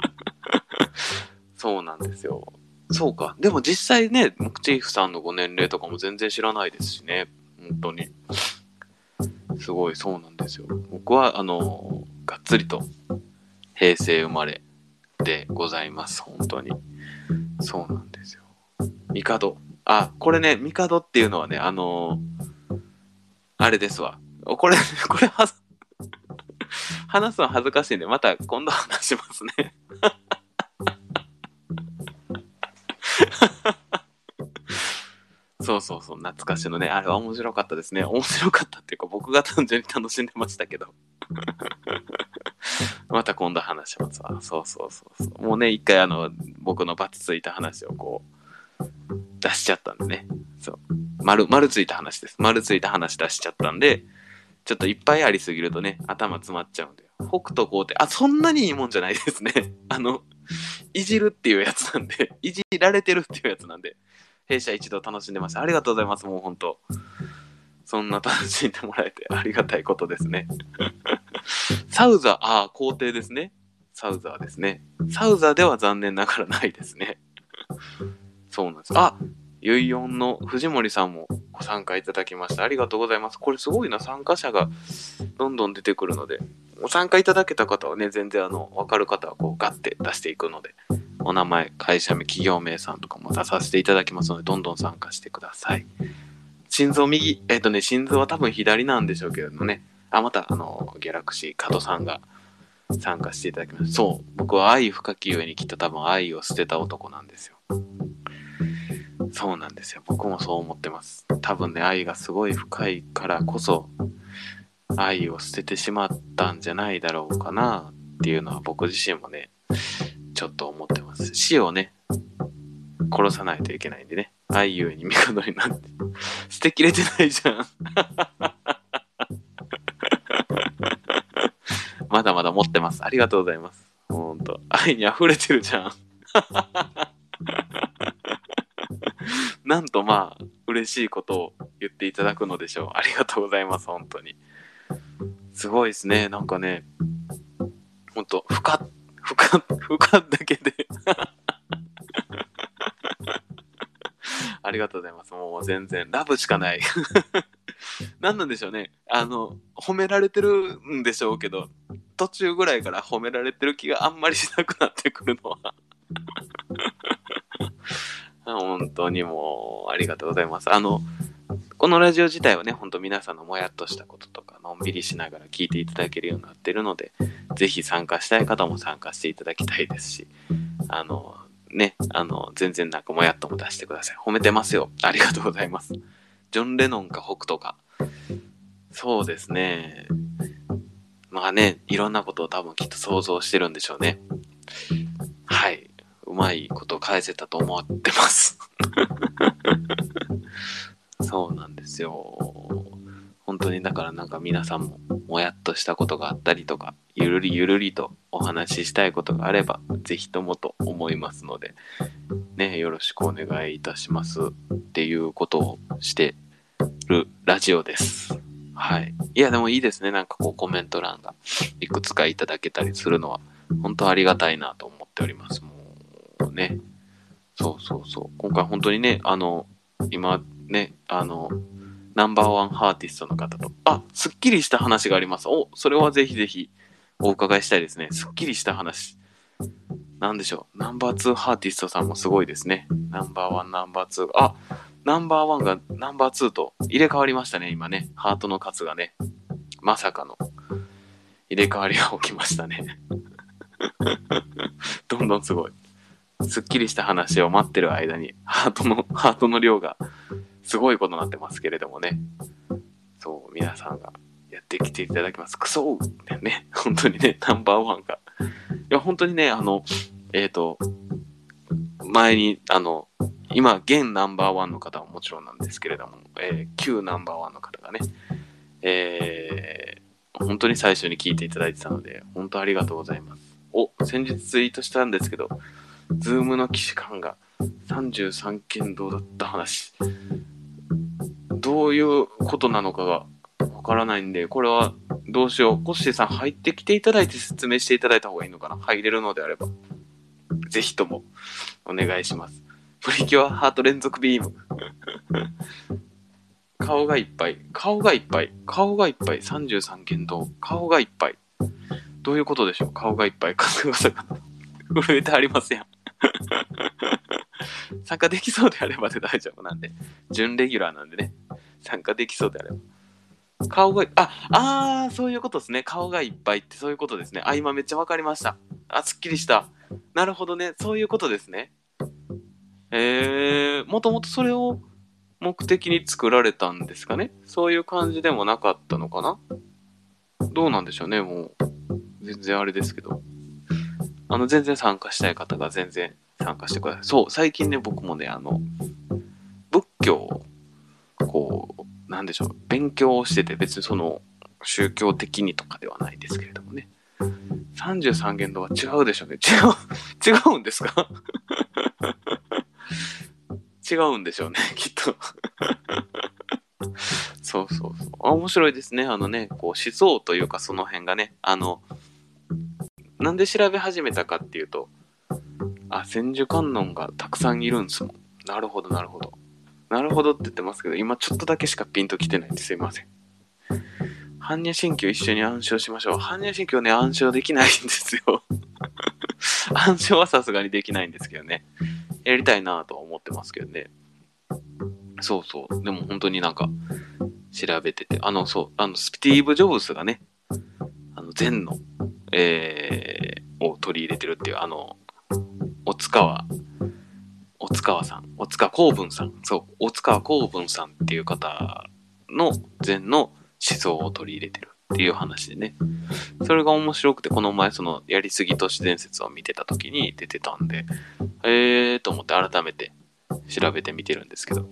そうなんですよ。そうか。でも実際ね、モチーフさんのご年齢とかも全然知らないですしね。本当に。すごいそうなんですよ。僕は、あの、がっつりと平成生まれでございます。本当に。そうなんですよ。帝。あ、これね、帝っていうのはね、あの、あれですわ。これ、これは、話すの恥ずかしいんで、また今度話しますね。そうそうそう、懐かしのね、あれは面白かったですね。面白かったっていうか、僕が単純に楽しんでましたけど。また今度話しますわ。そうそうそうそう。もうね、一回あの、僕のバツついた話をこう、出しちゃったんでね。そう。丸、丸ついた話です。丸ついた話出しちゃったんで、ちょっといっぱいありすぎるとね、頭詰まっちゃうんで。北斗皇帝、あ、そんなにいいもんじゃないですね。あの、いじるっていうやつなんで、いじられてるっていうやつなんで、弊社一度楽しんでました。ありがとうございます。もう本当。そんな楽しんでもらえてありがたいことですね。サウザー、ああ、皇帝ですね。サウザーですね。サウザーでは残念ながらないですね。そうなんです。あ、ゆいよんの藤森さんもご参加いただきました。ありがとうございます。これすごいな、参加者がどんどん出てくるので、ご参加いただけた方はね、全然あの、わかる方はこうガッて出していくので、お名前、会社名、企業名さんとかも出させていただきますので、どんどん参加してください。心臓右、えっ、とね、心臓は多分左なんでしょうけれどもね。あ、また、あの、ギャラクシー、加藤さんが参加していただきます。そう、僕は愛深き上にきっと多分愛を捨てた男なんですよ。そうなんですよ。僕もそう思ってます。多分ね、愛がすごい深いからこそ、愛を捨ててしまったんじゃないだろうかなっていうのは僕自身もね、ちょっと思ってます。死をね、殺さないといけないんでね。愛ゆえに帝になって。捨てきれてないじゃん。まだまだ持ってます。ありがとうございます。ほんと。愛に溢れてるじゃん。なんとまあ、嬉しいことを言っていただくのでしょう。ありがとうございます。本当に。すごいですね。なんかね、ほんと、深っ、深っ、深っだけでありがとうございます。もう全然、ラブしかない。何なんでしょうね。あの、褒められてるんでしょうけど、途中ぐらいから褒められてる気があんまりしなくなってくるのは本当にもう、ありがとうございます。あの、このラジオ自体はね、ほんと皆さんのもやっとしたこととか、のんびりしながら聞いていただけるようになってるので、ぜひ参加したい方も参加していただきたいですし、あの、ね、あの、全然なんかもやっとも出してください。褒めてますよ。ありがとうございます。ジョン・レノンか北斗か。そうですね。まあね、いろんなことを多分きっと想像してるんでしょうね。はい。うまいこと返せたと思ってます。そうなんですよ。本当にだからなんか皆さんももやっとしたことがあったりとか、ゆるりゆるりとお話ししたいことがあれば、ぜひともと思いますので、ね、よろしくお願いいたしますっていうことをしてるラジオです。はい。いや、でもいいですね。なんかこうコメント欄がいくつかいただけたりするのは、本当ありがたいなと思っております。もうね。そうそうそう。今回本当にね、あの、今ね、あの、ナンバーワンアーティストの方と、あ、すっきりした話があります。お、それはぜひぜひお伺いしたいですね。すっきりした話。なんでしょう。ナンバーツーアーティストさんもすごいですね。ナンバーワン、ナンバーツー。あ、ナンバーワンがナンバーツーと入れ替わりましたね、今ね。ハートの数がね。まさかの入れ替わりが起きましたね。どんどんすごい。すっきりした話を待ってる間に、ハートの、ハートの量がすごいことになってますけれどもね。そう、皆さんがやってきていただきます。クソーってね、本当にね、ナンバーワンが。いや、本当にね、あの、えっ、ー、と、前に、あの、今、現ナンバーワンの方はもちろんなんですけれども、えー、旧ナンバーワンの方がね、えー、本当に最初に聞いていただいてたので、本当ありがとうございます。お、先日ツイートしたんですけど、ズームの機種間がさんじゅうさんけんどうだった話。どういうことなのかがわからないんで、これはどうしよう。コッシーさん入ってきていただいて説明していただいた方がいいのかな。入れるのであれば。ぜひともお願いします。プリキュアハート連続ビーム。顔がいっぱい。顔がいっぱい。顔がいっぱい。さんじゅうさん件動。顔がいっぱい。どういうことでしょう。顔がいっぱい。春日さんが震えてありますやん。参加できそうであればで大丈夫なんで。準レギュラーなんでね。参加できそうであれば。顔が、あ、あー、そういうことですね。顔がいっぱいってそういうことですね。あ、今めっちゃわかりました。あ、すっきりした。なるほどね。そういうことですね。えー、もともとそれを目的に作られたんですかね。そういう感じでもなかったのかな。どうなんでしょうね。もう、全然あれですけど。あの、全然参加したい方が全然参加してください。そう、最近ね、僕もね、あの、仏教を、こう、なんでしょう、勉強をしてて、別にその、宗教的にとかではないですけれどもね。さんじゅうさん限度は違うでしょうね。違う、違うんですか。違うんでしょうね、きっと。そうそうそう。あ、面白いですね。あのね、こう、思想というかその辺がね、あの、なんで調べ始めたかっていうと、あ、千手観音がたくさんいるんすもん。なるほど、なるほど。なるほどって言ってますけど、今ちょっとだけしかピンときてないんですいません。般若心経一緒に暗唱しましょう。般若心経ね、暗唱できないんですよ。暗唱はさすがにできないんですけどね。やりたいなとは思ってますけどね。そうそう。でも本当になんか、調べてて。あの、そう、あの、スティーブ・ジョブズがね、あの、禅の、えー、を取り入れてるっていう、あの、おつかわ、おつかわさん、おつかこうぶんさん、そう、おつかこうぶんさんっていう方の禅の思想を取り入れてるっていう話でね。それが面白くて、この前そのやりすぎ都市伝説を見てた時に出てたんで、えーと思って改めて調べてみてるんですけど。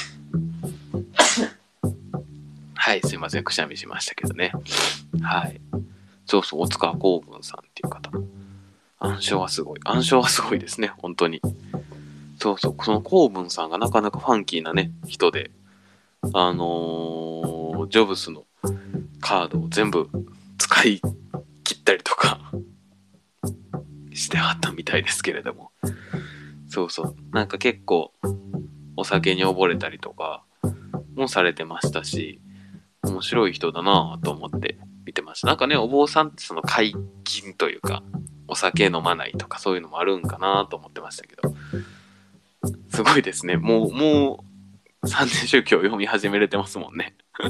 はい、すいません、くしゃみしましたけどね。はい。そうそう、おつかこうぶんさんっていう方。暗唱はすごい。暗唱はすごいですね、本当に。そうそう、そのコーブンさんがなかなかファンキーなね、人で、あのー、ジョブスのカードを全部使い切ったりとかしてはったみたいですけれども。そうそう、なんか結構お酒に溺れたりとかもされてましたし、面白い人だなぁと思って見てました。なんかね、お坊さんってその解禁というか、お酒飲まないとかそういうのもあるんかなと思ってましたけど、すごいですね。もう、もう、三年宗教を読み始めれてますもんね。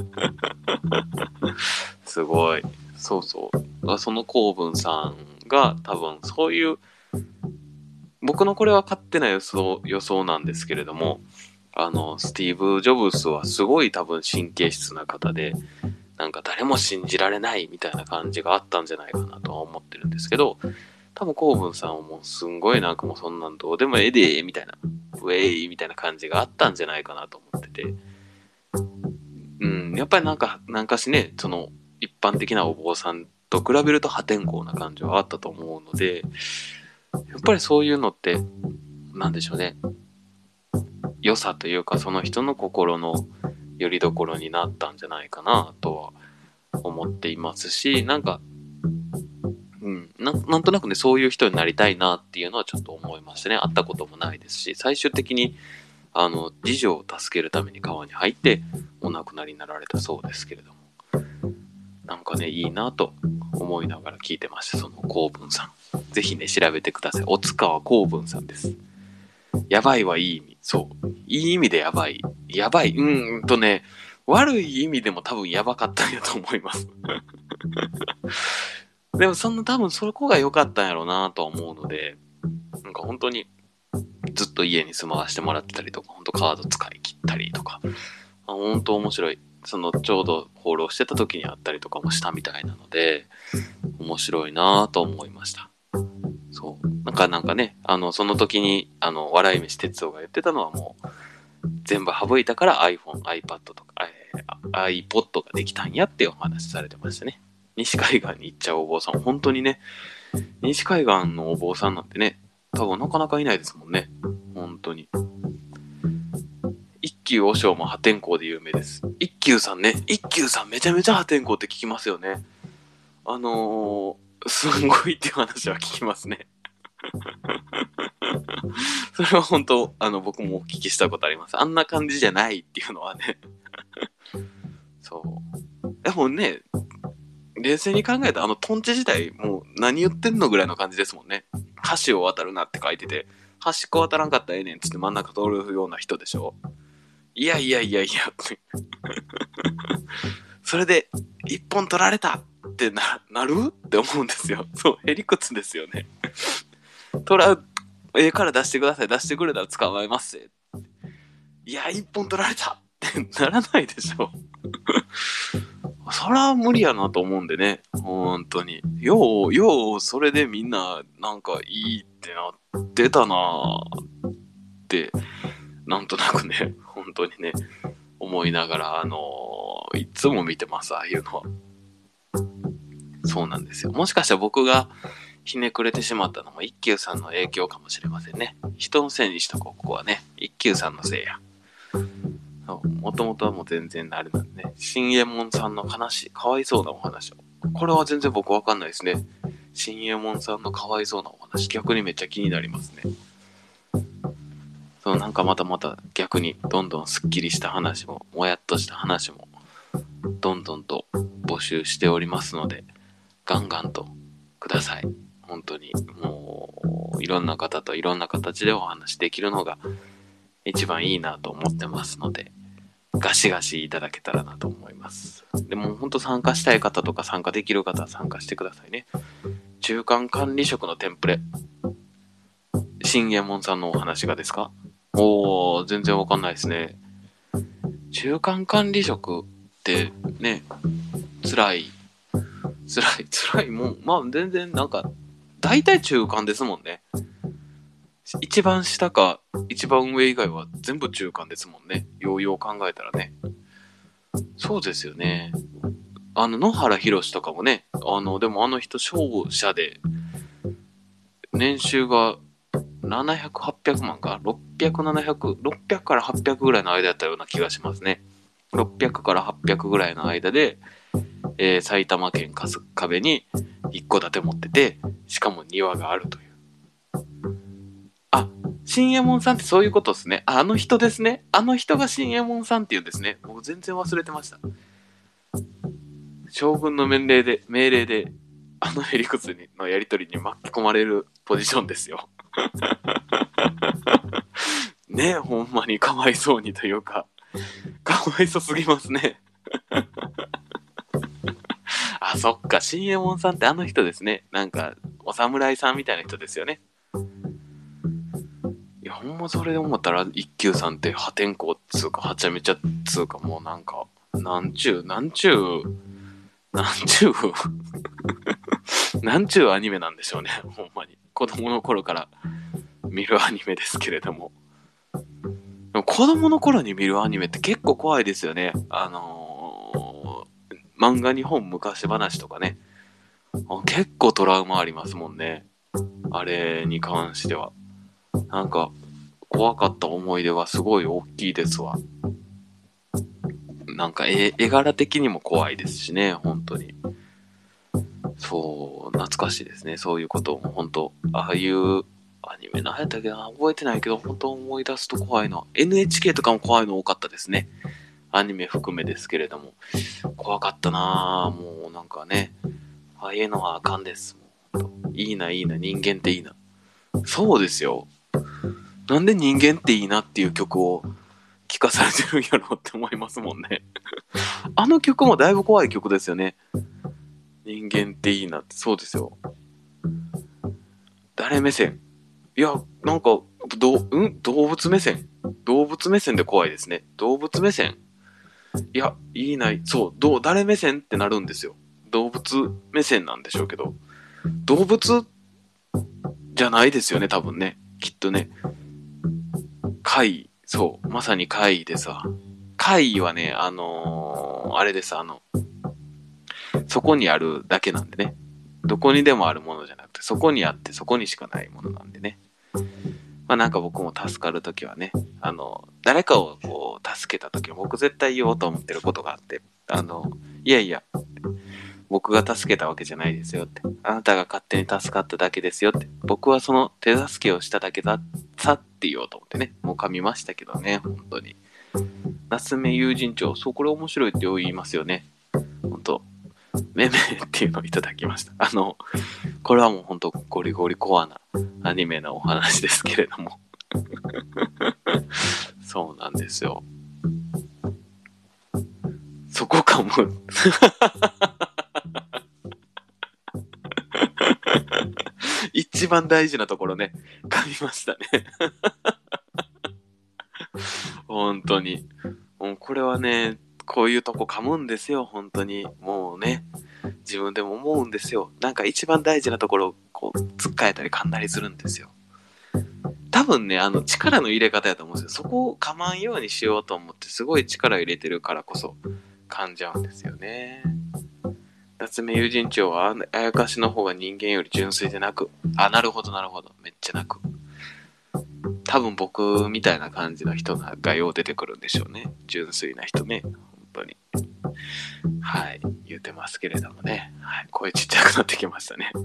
すごい。そうそう。その公文さんが多分そういう、僕のこれは勝手な予想、予想なんですけれども、あの、スティーブ・ジョブスはすごい多分神経質な方で、なんか誰も信じられないみたいな感じがあったんじゃないかなとは思ってるんですけど、多分公文さんはもうすんごいなんかもうそんなんどうでもええでーみたいな、ウェイみたいな感じがあったんじゃないかなと思ってて、うん、やっぱりなんか、なんかしね、その一般的なお坊さんと比べると破天荒な感じはあったと思うので、やっぱりそういうのって、なんでしょうね、良さというかその人の心の拠り所になったんじゃないかなとは思っていますし、なんか、うん、な, なんとなくね、そういう人になりたいなっていうのはちょっと思いましたね。会ったこともないですし、最終的に、あの、次女を助けるために川に入ってお亡くなりになられたそうですけれども。なんかね、いいなと思いながら聞いてました、その公文さん。ぜひね、調べてください。おつかわ公文さんです。やばいはいい意味。そう。いい意味でやばい。やばい。うーんとね、悪い意味でも多分やばかったんやと思います。でもそんな多分そこが良かったんやろうなとは思うので、なんか本当にずっと家に住まわしてもらってたりとか、本当カード使い切ったりとか、あ本当面白い。そのちょうど放浪してた時にあったりとかもしたみたいなので、面白いなと思いました。そう。なんかなんかね、あの、その時に、あの、笑い飯哲夫が言ってたのはもう、全部省いたから iPhone、iPad とか、えー、iPod ができたんやってお話しされてましたね。西海岸に行っちゃうお坊さん、本当にね、西海岸のお坊さんなんてね、多分なかなかいないですもんね。本当に。一休和尚も破天荒で有名です。一休さんね、一休さんめちゃめちゃ破天荒って聞きますよね。 あのー、すんごいっていう話は聞きますね。それは本当、あの、僕もお聞きしたことあります。あんな感じじゃないっていうのはね。そう。でもね、冷静に考えたらあのトンチ自体もう何言ってんのぐらいの感じですもんね。橋を渡るなって書いてて、端っこ渡らんかったらええねんっつって真ん中通るような人でしょ。いやいやいやいやってそれで一本取られたってななるって思うんですよ。そう、へりくつですよね。取らええから出してください、出してくれたら捕まえますぜ。いや一本取られたってならないでしょ。そら無理やなと思うんでね、本当に。よう、よう、それでみんな、なんかいいってなってたなーって、なんとなくね、本当にね、思いながら、あのー、いつも見てます、ああいうのは。そうなんですよ。もしかしたら僕がひねくれてしまったのも一休さんの影響かもしれませんね。人のせいにしとこう、ここはね。一休さんのせいや。もともとはもう全然あれなんでね。新右衛門さんの話、かわいそうなお話を。これは全然僕わかんないですね。新右衛門さんのかわいそうなお話、逆にめっちゃ気になりますね。そのなんかまたまた逆にどんどんスッキリした話も、もやっとした話も、どんどんと募集しておりますので、ガンガンとください。本当に。もう、いろんな方といろんな形でお話できるのが一番いいなと思ってますので、ガシガシいただけたらなと思います。でも本当参加したい方とか参加できる方は参加してくださいね。中間管理職のテンプレ。新右衛門さんのお話がですか？おー、全然わかんないですね。中間管理職ってね、辛い、辛い、辛いもん。まあ全然なんか、大体中間ですもんね。一番下か一番上以外は全部中間ですもんね。ようよう考えたらね。そうですよね。あの、野原宏とかもね、あの、でもあの人、商社で、年収がななひゃく、はっぴゃくまんか ?ろっぴゃく、ななひゃく、ろっぴゃくからはっぴゃくぐらいの間やったような気がしますね。ろっぴゃくからはっぴゃくぐらいの間で、えー、埼玉県春日部に一戸建て持ってて、しかも庭があるという。あ、新右衛門さんってそういうことですね。あ、あの人ですね。あの人が新右衛門さんって言うんですね。もう全然忘れてました。将軍の命令で、命令で、あのヘリクツのやりとりに巻き込まれるポジションですよ。ねえ、ほんまにかわいそうにというか、かわいそすぎますね。あ、そっか、新右衛門さんってあの人ですね。なんか、お侍さんみたいな人ですよね。いや、ほんまそれで思ったら、一休さんって破天荒っつうか、はちゃめちゃっつうか、もうなんか、なんちゅう、なんちゅう、なんちゅう、なんちゅうアニメなんでしょうね。ほんまに。子供の頃から見るアニメですけれども。でも子供の頃に見るアニメって結構怖いですよね。あのー、漫画日本昔話とかね。結構トラウマありますもんね。あれに関しては。なんか、怖かった思い出はすごい大きいですわ。なんか絵、絵柄的にも怖いですしね、本当に。そう、懐かしいですね。そういうことも本当、ああいうアニメ何やったっけな、覚えてないけど、本当思い出すと怖いな。エヌエイチケー とかも怖いの多かったですね。アニメ含めですけれども。怖かったなぁ。もうなんかね、ああいうのはあかんです。もういいな、いいな、人間っていいな。そうですよ。なんで人間っていいなっていう曲を聞かされてるんやろって思いますもんね。あの曲もだいぶ怖い曲ですよね。人間っていいなって、そうですよ。誰目線？いや、なんか、どう、ん動物目線？動物目線で怖いですね。動物目線？いや、いいな、そう、どう、誰目線ってなるんですよ。動物目線なんでしょうけど、動物じゃないですよね、多分ね。きっとね。怪、そう、まさに怪でさ。怪はね、あのーあれです、あの、そこにあるだけなんでね。どこにでもあるものじゃなくて、そこにあってそこにしかないものなんでね。まあなんか僕も助かるときはね、あの、誰かをこう助けたときは僕絶対言おうと思ってることがあって、あの、いやいや、 僕が助けたわけじゃないですよって。あなたが勝手に助かっただけですよって。僕はその手助けをしただけださって言おうと思ってね。もう噛みましたけどね、本当に。夏目友人帳、そう、これ面白いって言いますよね。本当めめっていうのをいただきました。あの、これはもう本当ゴリゴリコアなアニメのお話ですけれども。そうなんですよ。そこかも。一番大事なところね、噛みましたね。本当に。もうこれはね、こういうとこ噛むんですよ、本当に。もうね、自分でも思うんですよ。なんか一番大事なところをこう、つっかえたり噛んだりするんですよ。多分ね、あの、力の入れ方やと思うんですよ。そこを噛まんようにしようと思って、すごい力入れてるからこそ、噛んじゃうんですよね。夏目友人帳は、あやかしの方が人間より純粋でなく、あ、なるほどなるほど、めっちゃなく。多分僕みたいな感じの人がよう出てくるんでしょうね。純粋な人ね。本当に。はい。言ってますけれどもね。はい。声ちっちゃくなってきましたね。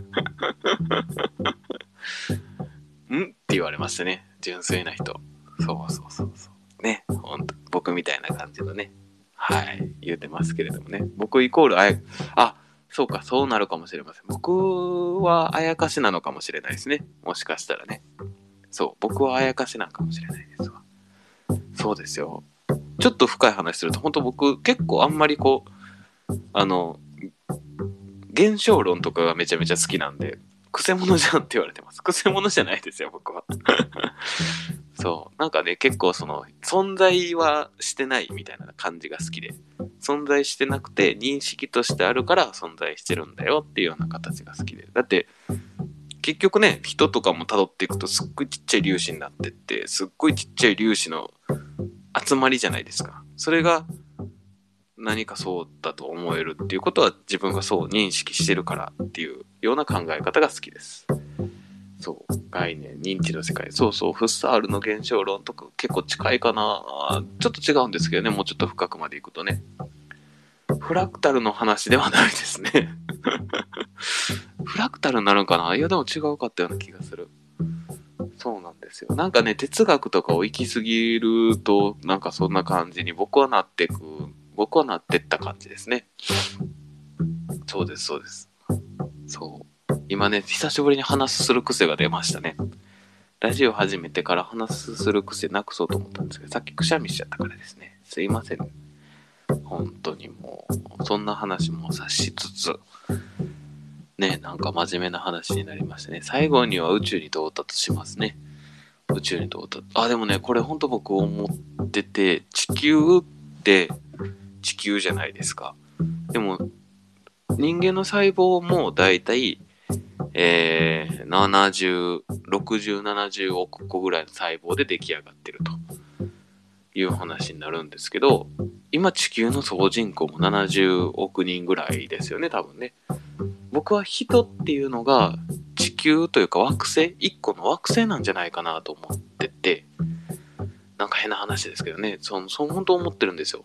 んって言われましたね。純粋な人。そうそうそうそう。ね。本当僕みたいな感じのね。はい。言ってますけれどもね。僕イコールあや、あ、そうか、そうなるかもしれません。僕はあやかしなのかもしれないですね。もしかしたらね。そう、僕はあやかしなんかもしれないですわ。そうですよ。ちょっと深い話すると、本当僕結構あんまりこう、あの、現象論とかがめちゃめちゃ好きなんで、くせ者じゃんって言われてます。くせ者じゃないですよ、僕は。そう。なんかね、結構その、存在はしてないみたいな感じが好きで、存在してなくて認識としてあるから存在してるんだよっていうような形が好きで。だって、結局ね、人とかも辿っていくとすっごいちっちゃい粒子になってって、すっごいちっちゃい粒子の集まりじゃないですか。それが何かそうだと思えるっていうことは自分がそう認識してるからっていうような考え方が好きです。そう。概念、認知の世界。そうそう。フッサールの現象論とか結構近いかな。ちょっと違うんですけどね。もうちょっと深くまでいくとね。フラクタルの話ではないですね。フラクタルになるんかな。いやでも違うかったような気がする。そうなんですよ。なんかね、哲学とかを行き過ぎると、なんかそんな感じに僕はなってく、僕はなってった感じですね。そうです、そうです。そう。今ね、久しぶりに話する癖が出ましたね。ラジオ始めてから話する癖なくそうと思ったんですけど、さっきくしゃみしちゃったからですね。すいません。本当にもう、そんな話も察しつつ、ね、なんか真面目な話になりましたね。最後には宇宙に到達しますね。宇宙に到達。あ、でもね、これほんと僕思ってて、地球って地球じゃないですか。でも、人間の細胞もだいたい、えー、ななじゅう、ろくじゅう、ななじゅうおく個ぐらいの細胞で出来上がってるという話になるんですけど、今地球の総人口もななじゅうおく人ぐらいですよね、多分ね。僕は人っていうのが地球というか惑星、一個の惑星なんじゃないかなと思ってて、なんか変な話ですけどね、その、そう本当思ってるんですよ。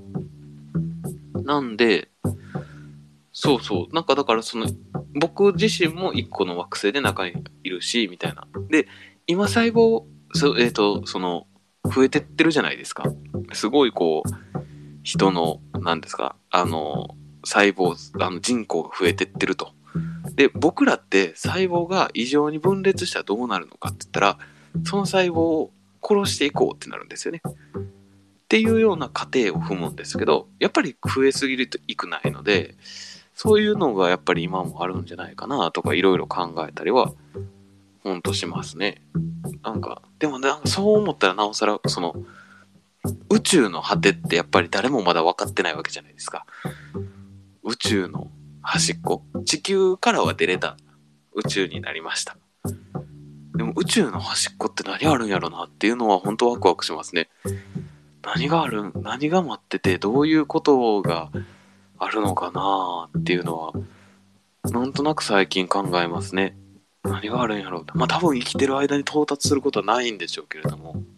なんで、そうそう、なんかだからその、僕自身も一個の惑星で中にいるし、みたいな。で、今細胞、そえっ、ー、と、その、増えてってるじゃないですか。すごいこう、人の、なんですか、あの、細胞、あの人口が増えてってると。で、僕らって細胞が異常に分裂したらどうなるのかって言ったら、その細胞を殺していこうってなるんですよね。っていうような過程を踏むんですけど、やっぱり増えすぎるといくないので、そういうのがやっぱり今もあるんじゃないかなとかいろいろ考えたりは、ほんとしますね。なんか、でもなんかそう思ったらなおさら、その、宇宙の果てってやっぱり誰もまだ分かってないわけじゃないですか。宇宙の端っこ。地球からは出れた宇宙になりました。でも宇宙の端っこって何あるんやろなっていうのは本当ワクワクしますね。何があるん何が待っててどういうことがあるのかなっていうのはなんとなく最近考えますね。何があるんやろうって。まあ多分生きてる間に到達することはないんでしょうけれども、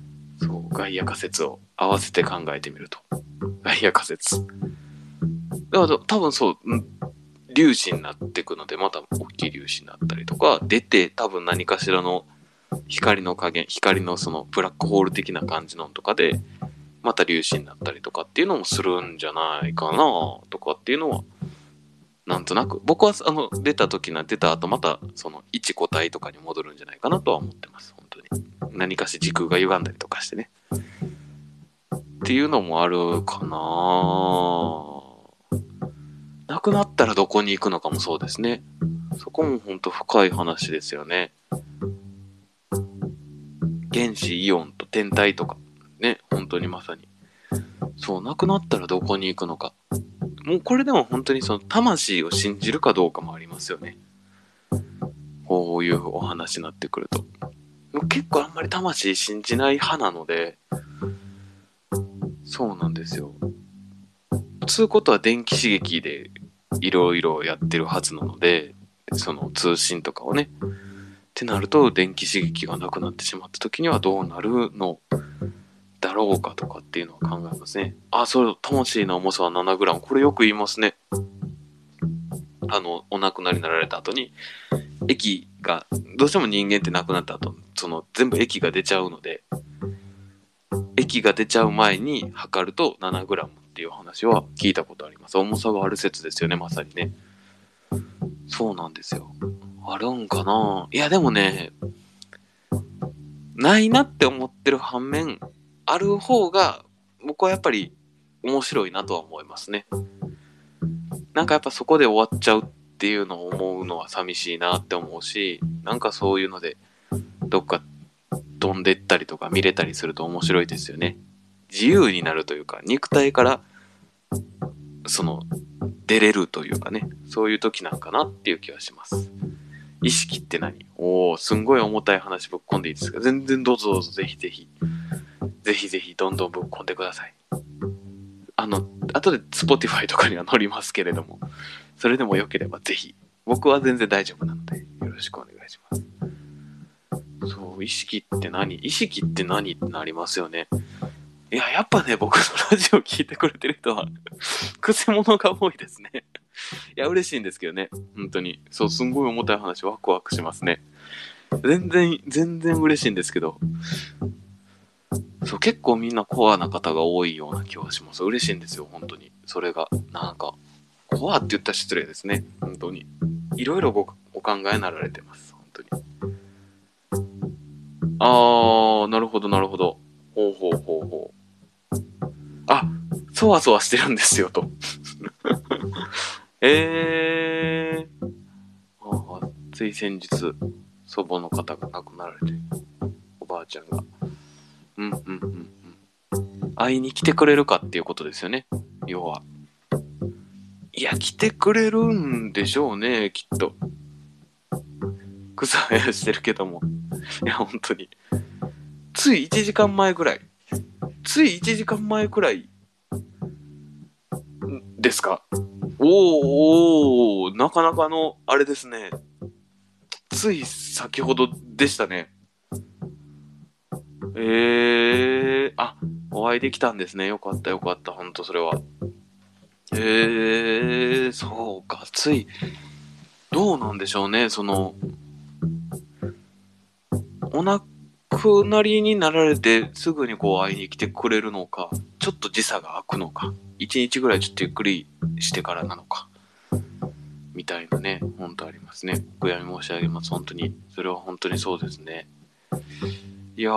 そうガイア仮説を合わせて考えてみると、ガイア仮説だから多分そう、粒子になっていくので、また大きい粒子になったりとか、出て多分何かしらの光の加減、光のそのブラックホール的な感じのとかで、また粒子になったりとかっていうのもするんじゃないかなとかっていうのは、なんとなく、僕はあの出た時な、出た後またその一個体とかに戻るんじゃないかなとは思ってます、本当に。何かし時空が歪んだりとかしてね。っていうのもあるかな。なくなったらどこに行くのかもそうですね。そこも本当深い話ですよね。原子、イオンと天体とかね、本当にまさに。そう、なくなったらどこに行くのか。もうこれでも本当にその魂を信じるかどうかもありますよね。こういうお話になってくると。結構あんまり魂信じない派なので、そうなんですよ。つうことは電気刺激でいろいろやってるはずなので、その通信とかをね。ってなると、電気刺激がなくなってしまった時にはどうなるのだろうかとかっていうのを考えますね。あ、そう、魂の重さは ななグラム。これよく言いますね。あの、お亡くなりになられた後に、液が、どうしても人間って亡くなった後、その全部液が出ちゃうので、液が出ちゃう前に測ると ななグラム っていう話は聞いたことあります。重さがある説ですよね、まさにね。そうなんですよ。あるんかないや、でもね、ないなって思ってる反面、ある方が僕はやっぱり面白いなとは思いますね。なんかやっぱそこで終わっちゃうっていうのを思うのは寂しいなって思うし、なんかそういうのでどっか飛んでったりとか見れたりすると面白いですよね。自由になるというか、肉体からその出れるというかね、そういう時なんかなっていう気はします。意識って何？おー、すんごい重たい話ぶっ込んでいいですか？全然どうぞどうぞ、ぜひぜひ。ぜひぜひどんどんぶっ込んでください。あの、後で Spotify とかには載りますけれども、それでもよければぜひ。僕は全然大丈夫なので、よろしくお願いします。そう、意識って何？意識って何ってなりますよね。いや、やっぱね、僕のラジオ聞いてくれてる人は、くせ者が多いですね。いや、嬉しいんですけどね。本当に。そう、すんごい重たい話、ワクワクしますね。全然、全然嬉しいんですけど、そう、結構みんなコアな方が多いような気はします。嬉しいんですよ、本当に。それが、なんか、コアって言ったら失礼ですね。本当に。いろいろごお考えになられてます。本当に。あー、なるほど、なるほど。ほうほうほうほう。あ、そわそわしてるんですよ、と。えー。ああ、つい先日、祖母の方が亡くなられて、おばあちゃんが。うん、うん、うん、うん。会いに来てくれるかっていうことですよね、要は。いや、来てくれるんでしょうね、きっと。草生やしてるけども。いや、本当に。ついいちじかんまえぐらい。ついいちじかんまえくらいですか？おー、おー、なかなかの、あれですね。つい先ほどでしたね。えー、あ、お会いできたんですね。よかった、よかった。ほんと、それは。えー、そうか。つい、どうなんでしょうね。その、お亡くなりになられてすぐにこう会いに来てくれるのか、ちょっと時差が空くのか、一日ぐらいちょっとゆっくりしてからなのか、みたいなね、本当ありますね。お悔やみ申し上げます。本当に。それは本当にそうですね。いや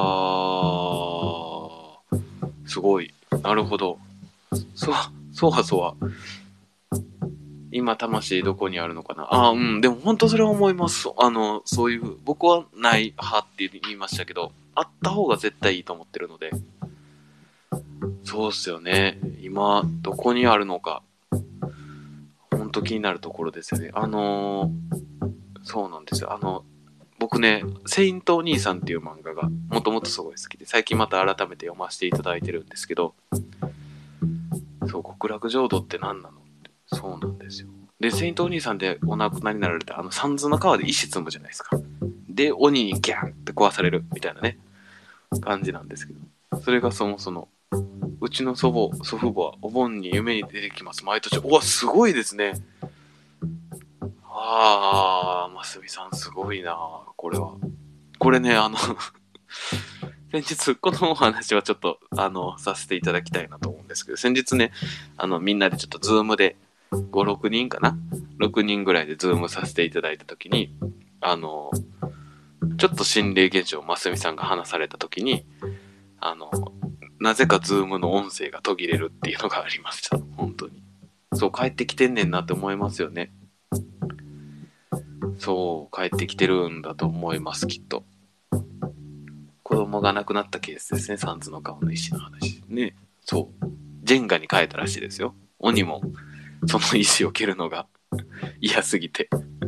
ー、すごい。なるほど。そ、そうはそうは。今、魂どこにあるのかな。ああ、うん。でも本当それは思います。あの、そういう、僕はない派って言いましたけど、あった方が絶対いいと思ってるので。そうっすよね。今、どこにあるのか、本当気になるところですよね。あのー、そうなんですよ。あの、僕ね、セイントお兄さんっていう漫画がもともとすごい好きで、最近また改めて読ませていただいてるんですけど、そう、極楽浄土って何なのって、そうなんですよ。で、セイントお兄さんでお亡くなりになられたあの三途の川で石積むじゃないですか。で、鬼にギャンって壊されるみたいなね、感じなんですけど、それがそもそもうちの祖母、祖父母はお盆に夢に出てきます。毎年。うわ、すごいですね。あー、ますみさんすごいな、これは。これね、あの、先日、このお話はちょっと、あの、させていただきたいなと思うんですけど、先日ね、あの、みんなでちょっとズームで、ご、ろくにんかな ?ろく 人ぐらいでズームさせていただいたときに、あの、ちょっと心霊現象をますみさんが話されたときに、あの、なぜかズームの音声が途切れるっていうのがありました。本当に。そう、帰ってきてんねんなって思いますよね。そう、帰ってきてるんだと思います、きっと。子供が亡くなったケースですね、サンズの顔の石の話。ね。そう。ジェンガに変えたらしいですよ。鬼も、その石を蹴るのが嫌すぎて。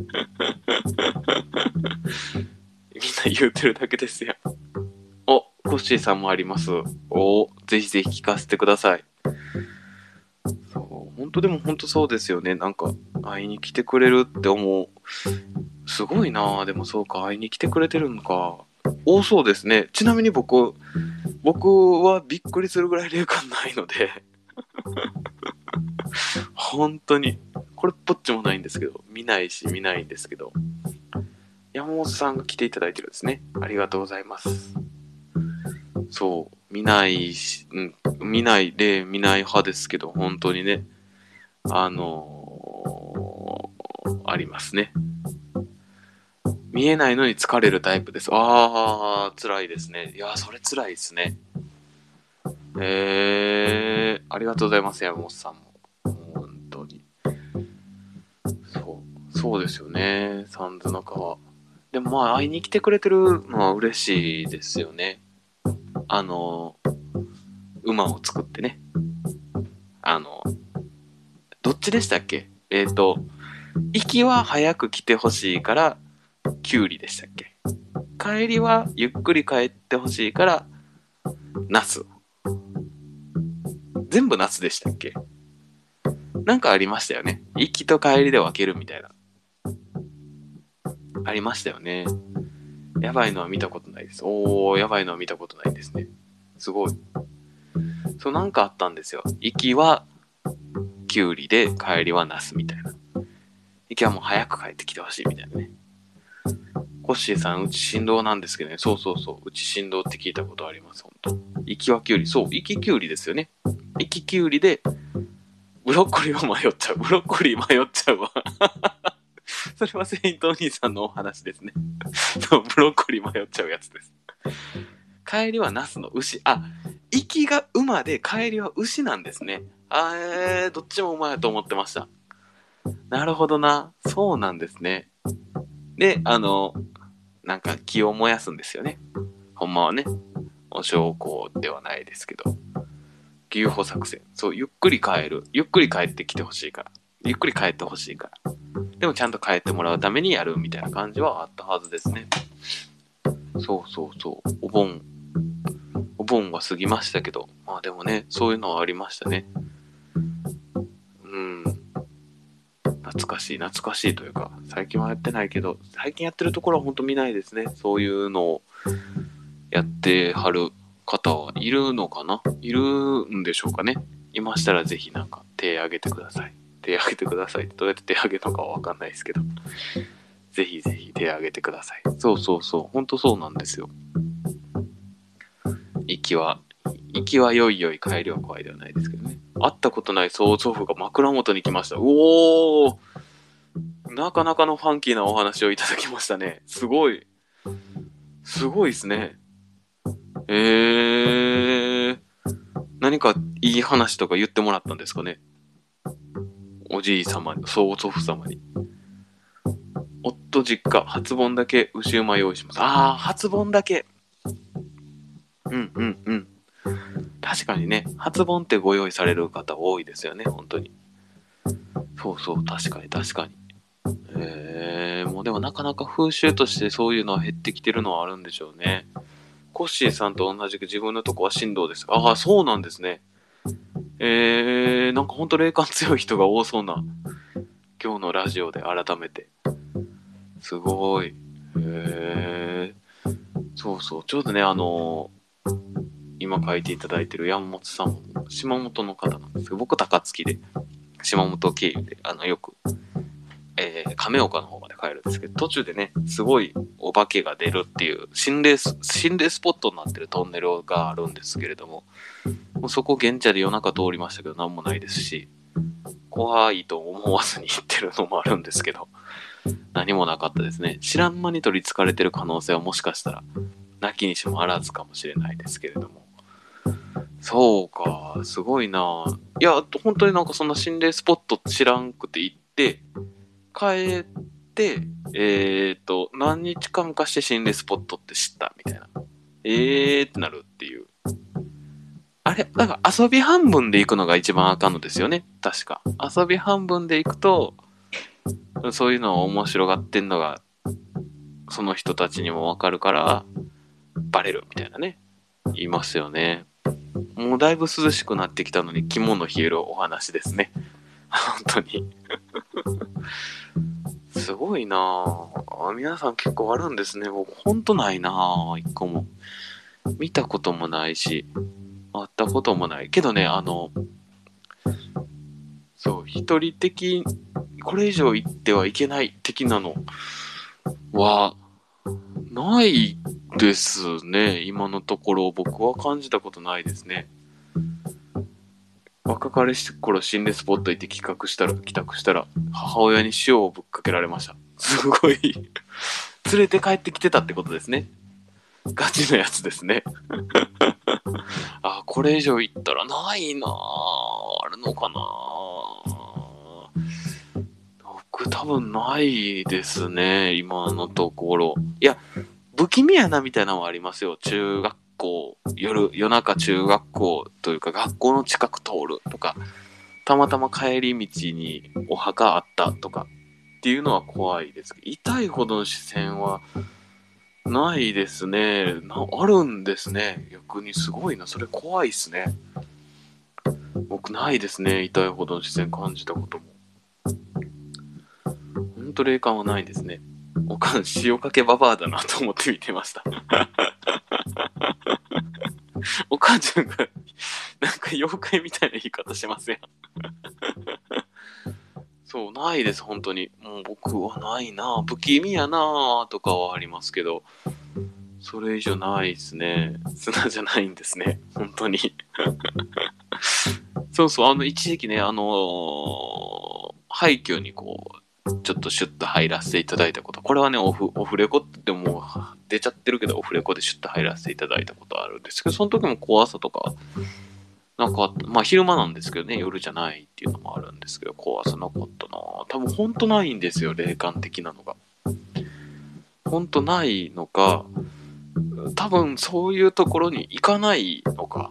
みんな言うてるだけですよ。お、コッシーさんもあります。お、ぜひぜひ聞かせてください。そう、本当でも本当そうですよね。なんか、会いに来てくれるって思う。すごいなぁ。でもそうか、会いに来てくれてるのか。多そうですね。ちなみに僕、僕はびっくりするぐらい霊感ないので、本当に、これっぽっちもないんですけど、見ないし見ないんですけど、山本さんが来ていただいてるんですね。ありがとうございます。そう、見ないし、うん、見ない、霊見ない派ですけど、本当にね、あのー、ありますね。見えないのに疲れるタイプです。あー、辛いですね。いやー、それ辛いですね。えー、ありがとうございます、山本さんも。本当に。そう、そうですよね、サンズの川。でもまあ、会いに来てくれてるのは嬉しいですよね。あの、馬を作ってね。あの、どっちでしたっけ？えっと、行きは早く来てほしいから、キュウリでしたっけ？帰りはゆっくり帰ってほしいから、ナス。全部ナスでしたっけ？なんかありましたよね。行きと帰りで分けるみたいな。ありましたよね。やばいのは見たことないです。おー、やばいのは見たことないですね。すごい。そう、なんかあったんですよ。行きはキュウリで帰りはナスみたいな。行きはもう早く帰ってきてほしいみたいなね。コッシーさん、うち振動なんですけどね。そうそうそう。うち振動って聞いたことあります、ほんと。行きはキュウリ。そう、行きキュウリですよね。行きキュウリで、ブロッコリーを迷っちゃう。ブロッコリー迷っちゃうわ。それはセイントお兄さんのお話ですね。そう、ブロッコリー迷っちゃうやつです。帰りはナスの牛。あ、行きが馬で帰りは牛なんですね。あえー、どっちも馬やと思ってました。なるほどな。そうなんですね。で、あの、なんか気を燃やすんですよね。ほんまはね。お焼香ではないですけど。牛歩作戦。そう、ゆっくり帰る。ゆっくり帰ってきてほしいから。ゆっくり帰ってほしいから。でもちゃんと帰ってもらうためにやるみたいな感じはあったはずですね。そうそうそう。お盆。お盆は過ぎましたけど。まあでもね、そういうのはありましたね。うん。懐かしい、懐かしいというか、最近はやってないけど、最近やってるところは本当見ないですね。そういうのをやってはる方はいるのかないるんでしょうかね。いましたらぜひなんか手挙げてください。手挙げてくださいってどうやって手挙げるのかはわかんないですけど。ぜひぜひ手挙げてください。そうそうそう。本当そうなんですよ。行きは、行きはよいよい帰りは怖いではないですけどね。会ったことない曽祖父が枕元に来ました。うおー、なかなかのファンキーなお話をいただきましたね。すごい。すごいですね。えー、何かいい話とか言ってもらったんですかね。おじい様に、曽祖父様に。夫実家、初盆だけ牛馬用意します。あー、初盆だけ。うんうんうん。確かにね、初盆ってご用意される方多いですよね、本当に。そうそう、確かに確かに。えー、もうでもなかなか風習としてそういうのは減ってきてるのはあるんでしょうね。コッシーさんと同じく自分のとこは振動です。ああ、そうなんですね。えー、なんかほんと霊感強い人が多そうな、今日のラジオで改めて。すごい。へー。そうそう。ちょうどね、あのー今書いていただいてる山本さんも島本の方なんですけど、僕高槻で島本経由であのよく、えー、亀岡の方まで帰るんですけど、途中でねすごいお化けが出るっていう心霊ス心霊スポットになってるトンネルがあるんですけれども、もうそこ現地で夜中通りましたけど何もないですし、怖いと思わずに行ってるのもあるんですけど、何もなかったですね。知らん間に取り憑かれてる可能性はもしかしたらなきにしもあらずかもしれないですけれども。そうか、すごいな。いや、本当になんかそんな心霊スポット知らんくて行って、帰って、えーと、何日間かして心霊スポットって知ったみたいな。えーってなるっていう。あれ、だから遊び半分で行くのが一番あかんのですよね。確か。遊び半分で行くと、そういうのを面白がってんのが、その人たちにもわかるから、バレるみたいなね。言いますよね。もうだいぶ涼しくなってきたのに肝の冷えるお話ですね。本当に。すごいなぁ。皆さん結構あるんですね。僕ほんとないなぁ。一個も。見たこともないし、会ったこともない。けどね、あの、そう、一人的、これ以上言ってはいけない的なのは、ないですね。今のところ僕は感じたことないですね。若かりし頃心霊スポット行って帰宅したら、帰宅したら母親に塩をぶっかけられました。すごい連れて帰ってきてたってことですね。ガチのやつですね。あ、これ以上言ったらないなぁ。あるのかなぁ。僕多分ないですね。今のところ。いや、不気味やなみたいなのはありますよ。中学校、夜、夜中中学校というか学校の近く通るとか、たまたま帰り道にお墓あったとかっていうのは怖いですけど、痛いほどの視線はないですね。な、あるんですね。逆にすごいな。それ怖いっすね。僕ないですね。痛いほどの視線感じたことも。ほんと霊感はないですね。おかん塩かけババアだなと思って見てました。お母ちゃんがなんか妖怪みたいな言い方しません？そう、ないです、本当に。もう僕はないな。不気味やなとかはありますけど、それ以上ないですね。砂じゃないんですね。本当に。そうそう、あの、一時期ね、あのー廃墟にこう、ちょっとシュッと入らせていただいたこと。これはね、オフ、オフレコってもう出ちゃってるけど、オフレコでシュッと入らせていただいたことあるんですけど、その時も怖さとか、なんか、まあ昼間なんですけどね、夜じゃないっていうのもあるんですけど、怖さなかったな。多分ほんとないんですよ、霊感的なのが。ほんとないのか、多分そういうところに行かないのか、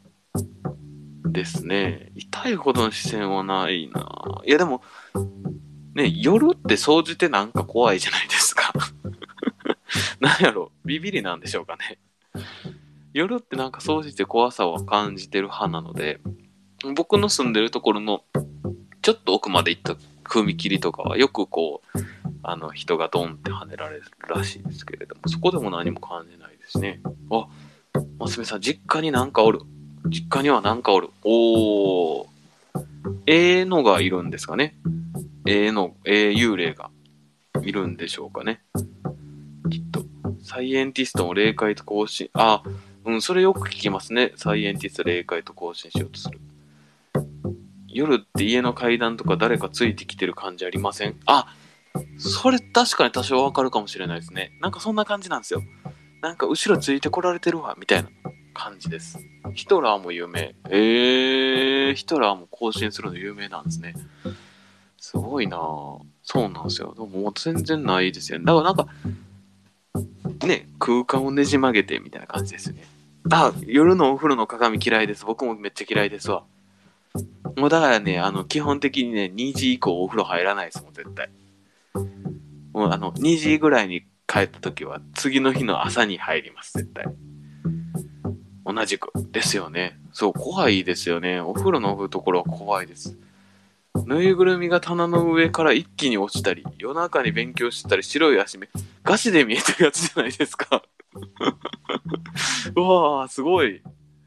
ですね。痛いほどの視線はないな。いやでも、ね、夜って総じてなんか怖いじゃないですか。なんやろ、ビビりなんでしょうかね。夜ってなんか総じて怖さを感じてる派なので、僕の住んでるところのちょっと奥まで行った踏切とかはよくこう、あの人がドンって跳ねられるらしいですけれども、そこでも何も感じないですね。あ、ますみさん、実家になんかおる。実家にはなんかおる。おー。ええのがいるんですかね。ええの、ええ幽霊がいるんでしょうかね。きっと。サイエンティストも霊界と交信、あ、うん、それよく聞きますね。サイエンティスト霊界と交信しようとする。夜って家の階段とか誰かついてきてる感じありません？あ、それ確かに多少わかるかもしれないですね。なんかそんな感じなんですよ。なんか後ろついてこられてるわ、みたいな感じです。ヒトラーも有名。えー、ヒトラーも更新するの有名なんですね。すごいなぁ。そうなんですよ。でももう全然ないですよね。だからなんか、ね、空間をねじ曲げてみたいな感じですよね。あ、夜のお風呂の鏡嫌いです。僕もめっちゃ嫌いですわ。もうだからね、あの、基本的にね、にじ以降お風呂入らないですもん、絶対。もうあの、にじぐらいに帰った時は、次の日の朝に入ります、絶対。同じく。ですよね。そう、怖いですよね。お風呂のところは怖いです。ぬいぐるみが棚の上から一気に落ちたり、夜中に勉強してたり、白い足目、ガチで見えてるやつじゃないですか。うわー、すごい。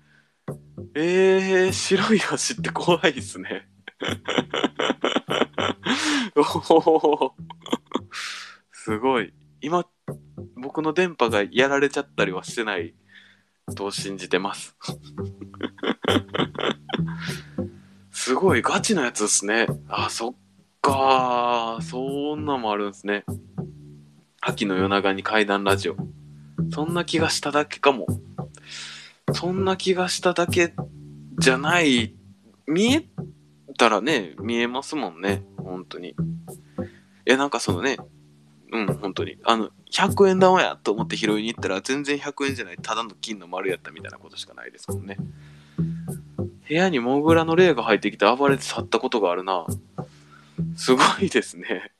えー、白い橋って怖いですね。おお、すごい。今、僕の電波がやられちゃったりはしてないと信じてます。すごいガチなやつですね。あ、そっかー。そんなんもあるんですね。秋の夜長に怪談ラジオ。そんな気がしただけかも。そんな気がしただけじゃない。見えたらね、見えますもんね。本当に。いや、なんかそのね、うん、本当に。あの、ひゃくえん玉やと思って拾いに行ったら、全然ひゃくえんじゃない、ただの金の丸やったみたいなことしかないですもんね。部屋にモグラの霊が入ってきて暴れて去ったことがあるな。すごいですね。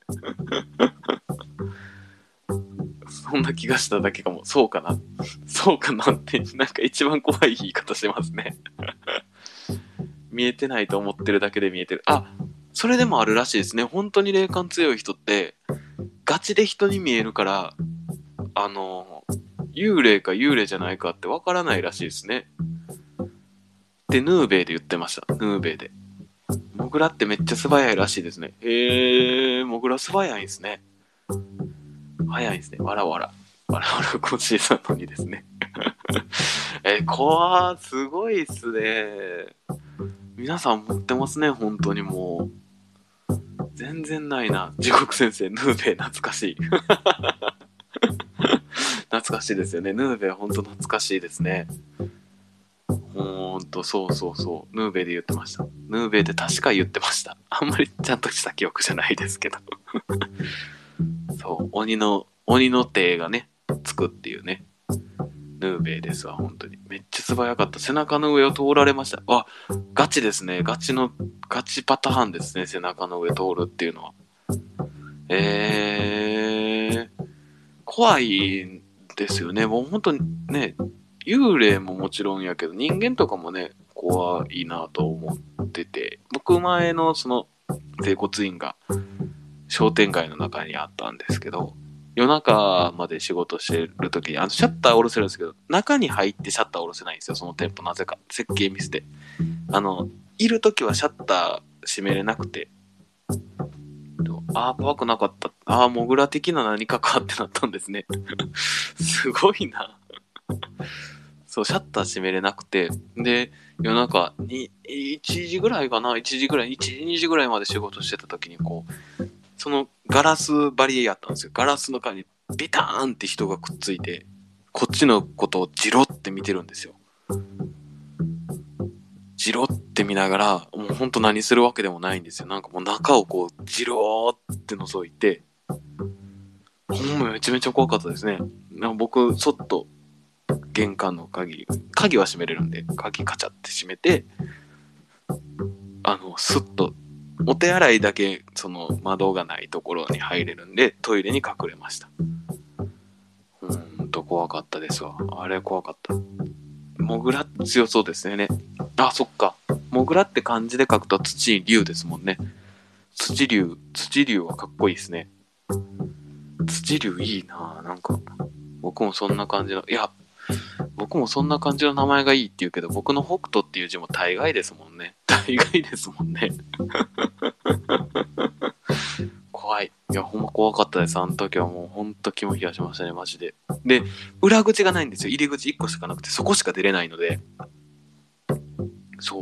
そんな気がしただけかも。そうかな。そうかなって、なんか一番怖い言い方してますね。見えてないと思ってるだけで見えてる。あ、それでもあるらしいですね。本当に霊感強い人って、ガチで人に見えるから、あの、幽霊か幽霊じゃないかってわからないらしいですね。で、ヌーベイで言ってました。ヌーベイで。モグラってめっちゃ素早いらしいですね。へー、モグラ素早いんですね。早いですね。わらわら。わらわらこちさんのにですね。え、怖ー、すごいっすね。皆さん持ってますね、本当にもう。全然ないな。地獄先生、ヌーベイ懐かしい。懐かしいですよね。ヌーベイ本当懐かしいですね。ほんと、そうそうそう。ヌーベイで言ってました。ヌーベイで確か言ってました。あんまりちゃんとした記憶じゃないですけど。そう、鬼の、鬼の手がね、つくっていうね。ヌーベイですわ、本当に。めっちゃ素早かった。背中の上を通られました。あ、ガチですね。ガチの、ガチパターンですね。背中の上通るっていうのは。えー、怖いんですよね。もう本当にね、幽霊ももちろんやけど、人間とかもね、怖いなと思ってて、僕前のその、整骨院が商店街の中にあったんですけど、夜中まで仕事してる時に、あの、シャッター下ろせるんですけど、中に入ってシャッター下ろせないんですよ、その店舗なぜか。設計ミスで。あの、いる時はシャッター閉めれなくて、ああ、怖くなかった。ああ、モグラ的な何かかってなったんですね。すごいな。そう、シャッター閉めれなくて、で、夜中に、いちじぐらいかな、いちじぐらい、いちじ、にじぐらいまで仕事してた時に、こう、そのガラス張りやったんですよ。ガラスの中にビターンって人がくっついて、こっちのことをジロって見てるんですよ。ジロって見ながら、もうほんと何するわけでもないんですよ。なんかもう中をこう、ジローって覗いて、ほんまめちゃめちゃ怖かったですね。なんか僕、そっと玄関の鍵、鍵は閉めれるんで、鍵カチャって閉めて、あの、スッと、お手洗いだけ、その窓がないところに入れるんで、トイレに隠れました。ほんと怖かったですわ。あれ怖かった。モグラ強そうですね。あ、そっか。モグラって漢字で書くと土に竜ですもんね。土竜、土竜はかっこいいですね。土竜いいなぁ。なんか、僕もそんな感じの、いや、僕もそんな感じの名前がいいって言うけど、僕の北斗っていう字も大概ですもんね。大概ですもんね。怖い。いや、ほんま怖かったです。あの時はもうほんと肝冷やしましたね、マジで。で、裏口がないんですよ。入り口いっこしかなくて、そこしか出れないので。そう。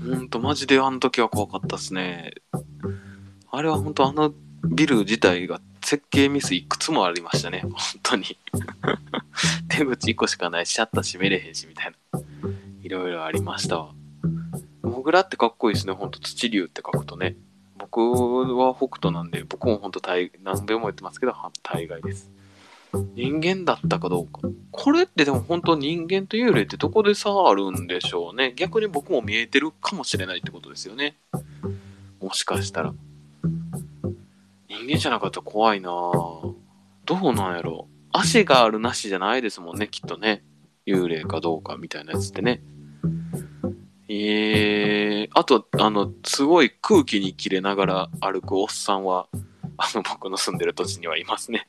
ほんと、マジであの時は怖かったっすね。あれはほんとあのビル自体が設計ミスいくつもありましたね。本当に。出口いっこしかないし、シャッター閉めれへんし、みたいな。いろいろありましたわ。モグラってかっこいいですね。ほんと土竜って書くとね。僕は北斗なんで、僕もほんと大、何べんも言ってますけど、大概です。人間だったかどうか。これってでも本当人間と幽霊ってどこで差あるんでしょうね。逆に僕も見えてるかもしれないってことですよね。もしかしたら。人間じゃなかったら怖いなぁ。どうなんやろ。足があるなしじゃないですもんね、きっとね。幽霊かどうかみたいなやつってね。えー、あと、あの、すごい空気に切れながら歩くおっさんは、あの、僕の住んでる土地にはいますね。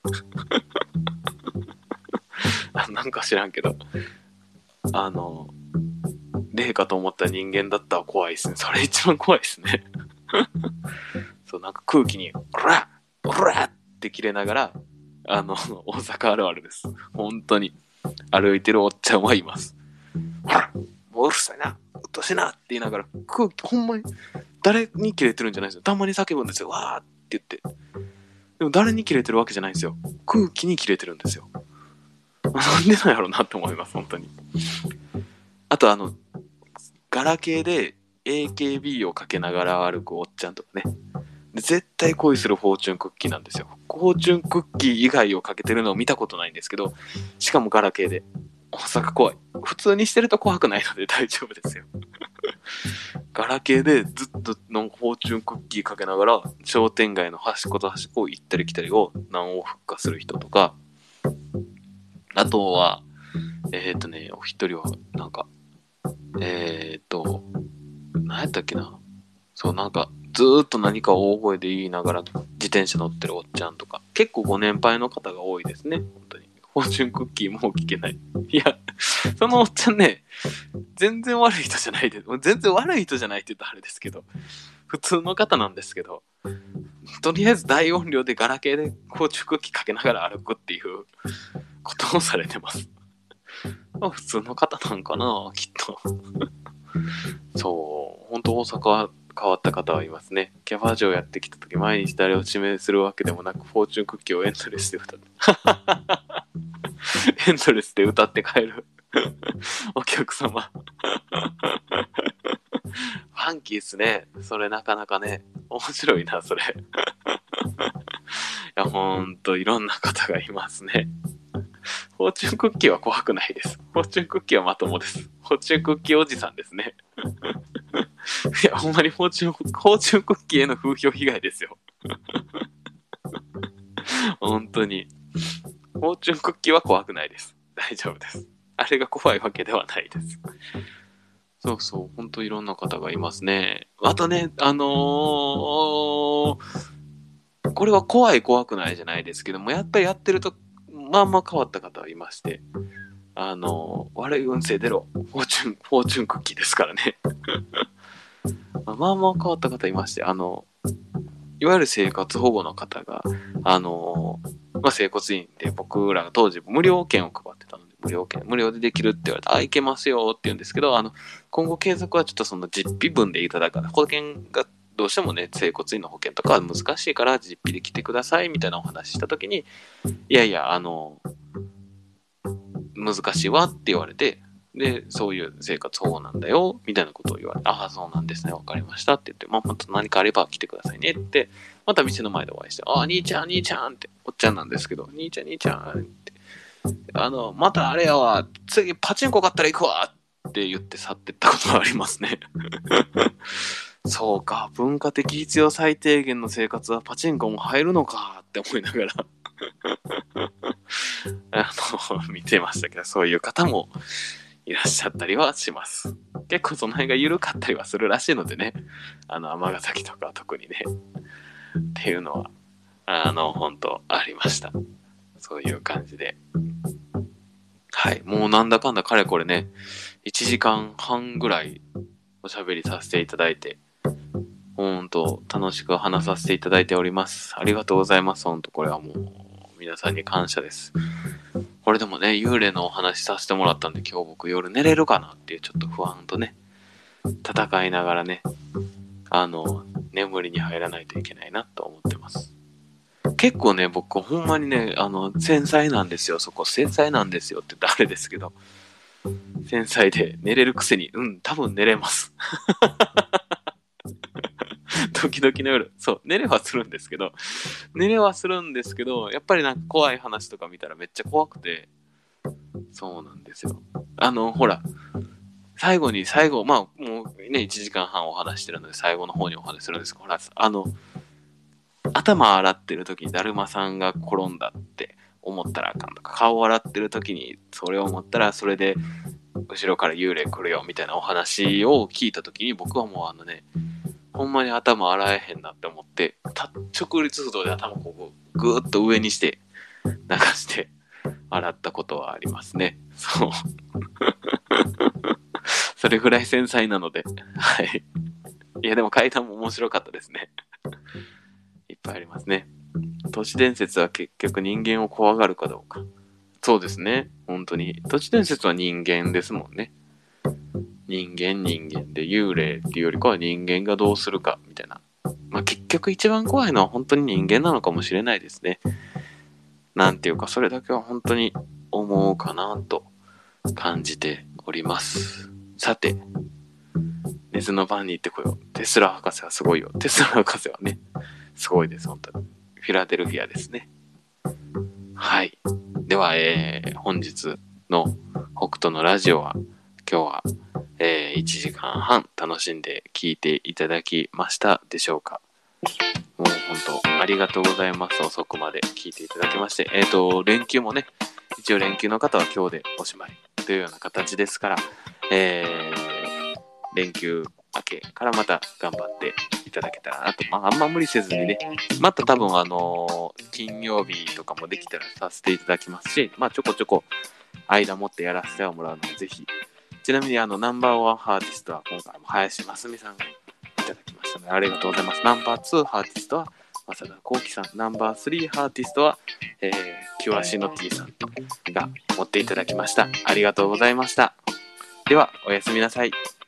なんか知らんけど。あの、 霊かと思った人間だったら怖いですね。それ一番怖いですね。そう、なんか空気に、オラオラって切れながら、あの、大阪あるあるです。本当に。歩いてるおっちゃんはいます。ほら、もううるさいな、うっとしいなって言いながら、空気、ほんまに、誰に切れてるんじゃないですよ。たまに叫ぶんですよ。わーって言って。でも誰に切れてるわけじゃないんですよ。空気に切れてるんですよ。なんでなんやろうなって思います、本当に。あと、あの、ガラケーで エーケービー をかけながら歩くおっちゃんとかね。で絶対恋するフォーチュンクッキーなんですよ。フォーチュンクッキー以外をかけてるのを見たことないんですけど、しかもガラケーで。大阪怖い。普通にしてると怖くないので大丈夫ですよ。ガラケーでずっとのフォーチュンクッキーかけながら商店街の端っこと端っこを行ったり来たりを何往復かする人とか、あとは、えーっとね、お一人はなんか、えーっと、何やったっけな。そう、なんか、ずーっと何か大声で言いながら自転車乗ってるおっちゃんとか、結構ご年配の方が多いですね、本当に。フォーチュンクッキーもう聞けない。いや、そのおっちゃんね、全然悪い人じゃないです。全然悪い人じゃないって言ったらあれですけど、普通の方なんですけど、とりあえず大音量でガラケーでフォーチュンクッキーかけながら歩くっていうことをされてます。普通の方なんかな、きっと。そう、本当大阪は変わった方はいますね。キャバ嬢やってきた時、毎日誰を指名するわけでもなく、フォーチュンクッキーをエンドレスで歌って、エンドレスで歌って帰るお客様。ファンキーっすね。それなかなかね、面白いな、それ。いや、ほんといろんな方がいますね。フォーチュンクッキーは怖くないです。フォーチュンクッキーはまともです。フォーチュンクッキーおじさんですね。いや、ほんまにフォーチュン、フォーチュンクッキーへの風評被害ですよ。本当に。フォーチュンクッキーは怖くないです。大丈夫です。あれが怖いわけではないです。そうそう、本当いろんな方がいますね。あとね、あのー、これは怖い怖くないじゃないですけども、やっぱりやってると、まあまあ変わった方はいまして、あのー、悪い運勢出ろ。フォーチュン、フォーチュンクッキーですからね。まあまあ変わった方いまして、あの、いわゆる生活保護の方が、あの、まあ、整骨院で僕らが当時無料券を配ってたので、無料券、無料でできるって言われて、あ、いけますよって言うんですけど、あの、今後継続はちょっとその実費分でいただくから、保険がどうしてもね、整骨院の保険とかは難しいから実費で来てくださいみたいなお話したときに、いやいや、あの、難しいわって言われて、で、そういう生活保護なんだよ、みたいなことを言われて、ああ、そうなんですね、わかりましたって言って、まあ、また何かあれば来てくださいねって、また店の前でお会いして、ああ、兄ちゃん、兄ちゃんって、おっちゃんなんですけど、兄ちゃん、兄ちゃんって、あの、またあれやわ、次パチンコ買ったら行くわって言って去ってったことがありますね。そうか、文化的必要最低限の生活はパチンコも入るのかって思いながらあの、見てましたけど、そういう方もいらっしゃったりはします。結構その辺が緩かったりはするらしいのでね、あの、尼崎とか特にね、っていうのは、あの、本当ありました。そういう感じで。はい、もうなんだかんだかれこれね、いちじかんはんぐらいおしゃべりさせていただいて、ほんと楽しく話させていただいております。ありがとうございます。ほんとこれはもう皆さんに感謝です。これでもね、幽霊のお話させてもらったんで今日僕夜寝れるかなっていうちょっと不安とね、戦いながらね、あの、眠りに入らないといけないなと思ってます。結構ね、僕ほんまにね、あの、繊細なんですよ。そこ繊細なんですよって言ったらあれですけど、繊細で寝れるくせに、うん、多分寝れます。時々の夜、そう、寝れはするんですけど、寝れはするんですけど、やっぱりなんか怖い話とか見たらめっちゃ怖くて、そうなんですよ。あの、ほら、最後に最後、まあ、もうね、いちじかんはんお話してるので、最後の方にお話するんですけど、ほら、あの、頭洗ってる時にだるまさんが転んだって思ったらあかんとか、顔洗ってる時にそれを思ったら、それで後ろから幽霊来るよみたいなお話を聞いた時に、僕はもうあのね、ほんまに頭洗えへんなって思って、直立不動で頭こうぐーっと上にして流して洗ったことはありますね。そう。 それぐらい繊細なので。はい。いやでも怪談も面白かったですね。いっぱいありますね。都市伝説は結局人間を怖がるかどうか。そうですね。本当に。都市伝説は人間ですもんね。人間人間で幽霊っていうよりかは人間がどうするかみたいな。まあ結局一番怖いのは本当に人間なのかもしれないですね。なんていうかそれだけは本当に思うかなと感じております。さて、ネズの番に行ってこよう。テスラ博士はすごいよ。テスラ博士はね、すごいです、本当に。フィラデルフィアですね。はい。では、えー、本日の北斗のラジオは、今日は、えー、いちじかんはん楽しんで聞いていただきましたでしょうか。もう本当、ありがとうございます。遅くまで聞いていただきまして。えっと、連休もね、一応連休の方は今日でおしまいというような形ですから、えー、連休明けからまた頑張っていただけたらなと。まあ、あんま無理せずにね、また多分あのー、金曜日とかもできたらさせていただきますし、まあちょこちょこ間持ってやらせてもらうので、ぜひ。ちなみにあの、ナンバーワンアーティストは今回も林真澄さんがいただきましたので、ありがとうございます。ナンバーツーアーティストは正田幸喜さん、ナンバースリーアーティストは、えー、キュアシノティさんが持っていただきました。ありがとうございました。では、おやすみなさい。